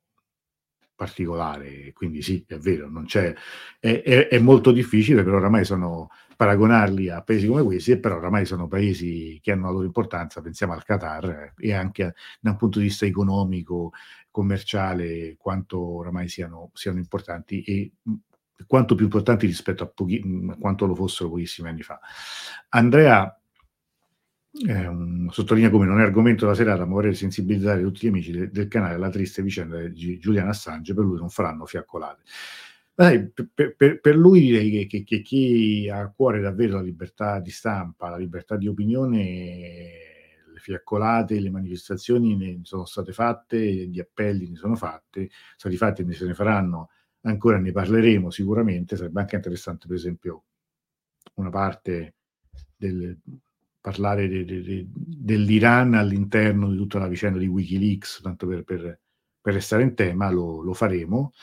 particolare, quindi sì, è vero, non c'è, è, è, è molto difficile, però oramai sono, paragonarli a paesi come questi, e però oramai sono paesi che hanno la loro importanza. Pensiamo al Qatar, eh, e anche da un punto di vista economico, commerciale, quanto oramai siano, siano importanti, e mh, quanto più importanti rispetto a, pochi, mh, quanto lo fossero pochissimi anni fa. Andrea eh, un, sottolinea come non è argomento della serata, ma vorrei sensibilizzare tutti gli amici de, del canale la triste vicenda di Julian Assange. Per lui non faranno fiaccolate. Dai, per, per, per lui direi che, che, che chi ha a cuore davvero la libertà di stampa, la libertà di opinione, le fiaccolate, le manifestazioni ne sono state fatte, gli appelli ne sono fatti, stati fatti e ne se ne faranno ancora, ne parleremo sicuramente. Sarebbe anche interessante, per esempio, una parte del parlare de, de, de, dell'Iran all'interno di tutta la vicenda di Wikileaks, tanto per, per, per restare in tema. Lo, lo faremo.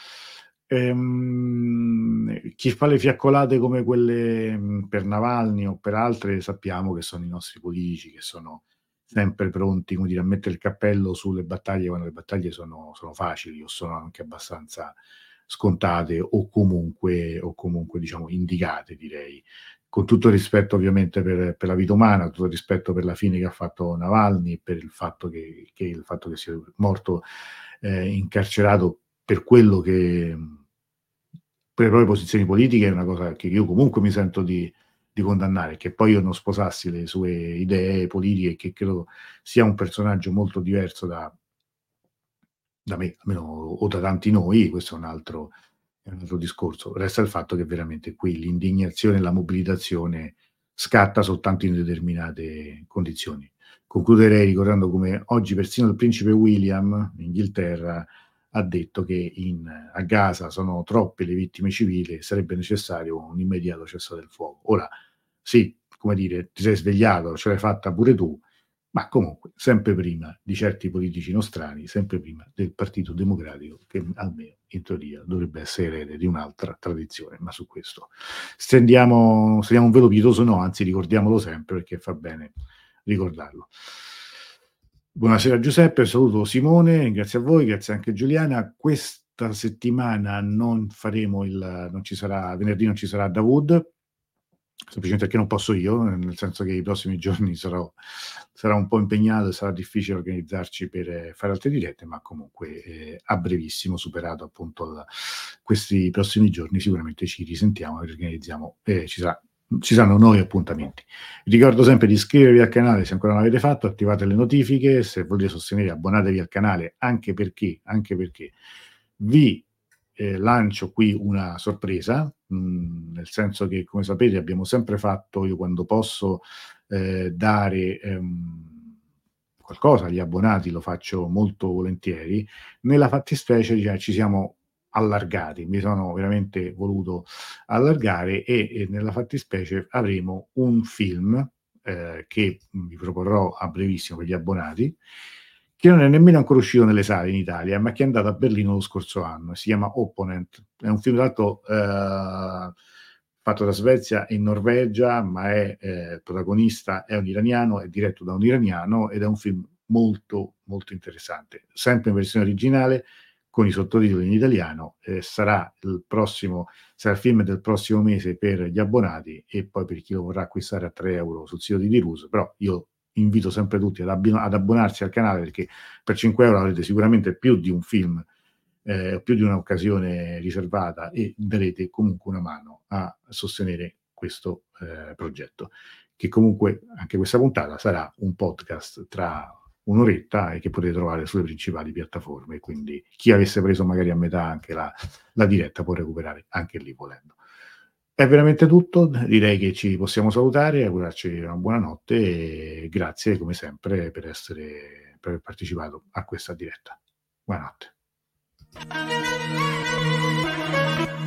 Ehm, chi fa le fiaccolate come quelle per Navalny o per altre, sappiamo che sono i nostri politici, che sono sempre pronti, come dire, a mettere il cappello sulle battaglie quando le battaglie sono, sono facili o sono anche abbastanza scontate, o comunque, o comunque diciamo indicate, direi. Con tutto il rispetto ovviamente per, per la vita umana, tutto il rispetto per la fine che ha fatto Navalny, per il fatto che, che, il fatto che sia morto eh, incarcerato per quello che, per le proprie posizioni politiche, è una cosa che io comunque mi sento di, di condannare. Che poi io non sposassi le sue idee politiche, che credo sia un personaggio molto diverso da, da me, almeno, o da tanti noi. Questo è un altro, è un altro discorso. Resta il fatto che veramente qui l'indignazione e la mobilitazione scatta soltanto in determinate condizioni. Concluderei ricordando come oggi persino il principe William, in Inghilterra, ha detto che in, a Gaza sono troppe le vittime civili e sarebbe necessario un immediato cessate del fuoco. Ora, sì, come dire, ti sei svegliato, ce l'hai fatta pure tu, ma comunque sempre prima di certi politici nostrani, sempre prima del Partito Democratico, che almeno in teoria dovrebbe essere erede di un'altra tradizione. Ma su questo stendiamo, stendiamo un velo pietoso, no, anzi ricordiamolo sempre, perché fa bene ricordarlo. Buonasera Giuseppe, saluto Simone, grazie a voi, grazie anche a Giuliana. Questa settimana non faremo il, non ci sarà, venerdì non ci sarà Davud, semplicemente perché non posso io, nel senso che i prossimi giorni sarò, sarà un po' impegnato e sarà difficile organizzarci per eh, fare altre dirette, ma comunque eh, a brevissimo, superato appunto la, questi prossimi giorni, sicuramente ci risentiamo e organizziamo, eh, ci sarà, ci saranno nuovi appuntamenti. Vi ricordo sempre di iscrivervi al canale se ancora non l'avete fatto, attivate le notifiche, se volete sostenere abbonatevi al canale, anche perché, anche perché vi eh, lancio qui una sorpresa, mh, nel senso che, come sapete, abbiamo sempre fatto, io quando posso eh, dare ehm, qualcosa agli abbonati lo faccio molto volentieri. Nella fattispecie cioè, ci siamo allargati, mi sono veramente voluto allargare, e, e nella fattispecie avremo un film eh, che vi proporrò a brevissimo per gli abbonati, che non è nemmeno ancora uscito nelle sale in Italia, ma che è andato a Berlino lo scorso anno. Si chiama Opponent. È un film, tra l'altro, eh, fatto da Svezia e Norvegia, ma è eh, il protagonista è un iraniano, è diretto da un iraniano ed è un film molto molto interessante, sempre in versione originale con i sottotitoli in italiano. Eh, sarà il prossimo sarà il film del prossimo mese per gli abbonati e poi per chi lo vorrà acquistare a tre euro sul sito di Dirus, però io invito sempre tutti ad, abbino- ad abbonarsi al canale, perché per cinque euro avrete sicuramente più di un film, eh, più di un'occasione riservata e darete comunque una mano a sostenere questo eh, progetto, che comunque anche questa puntata sarà un podcast tra un'oretta e che potete trovare sulle principali piattaforme, quindi chi avesse preso magari a metà anche la, la diretta può recuperare anche lì volendo. È veramente tutto, direi che ci possiamo salutare, augurarci una buona notte e grazie come sempre per essere per aver partecipato a questa diretta. Buonanotte.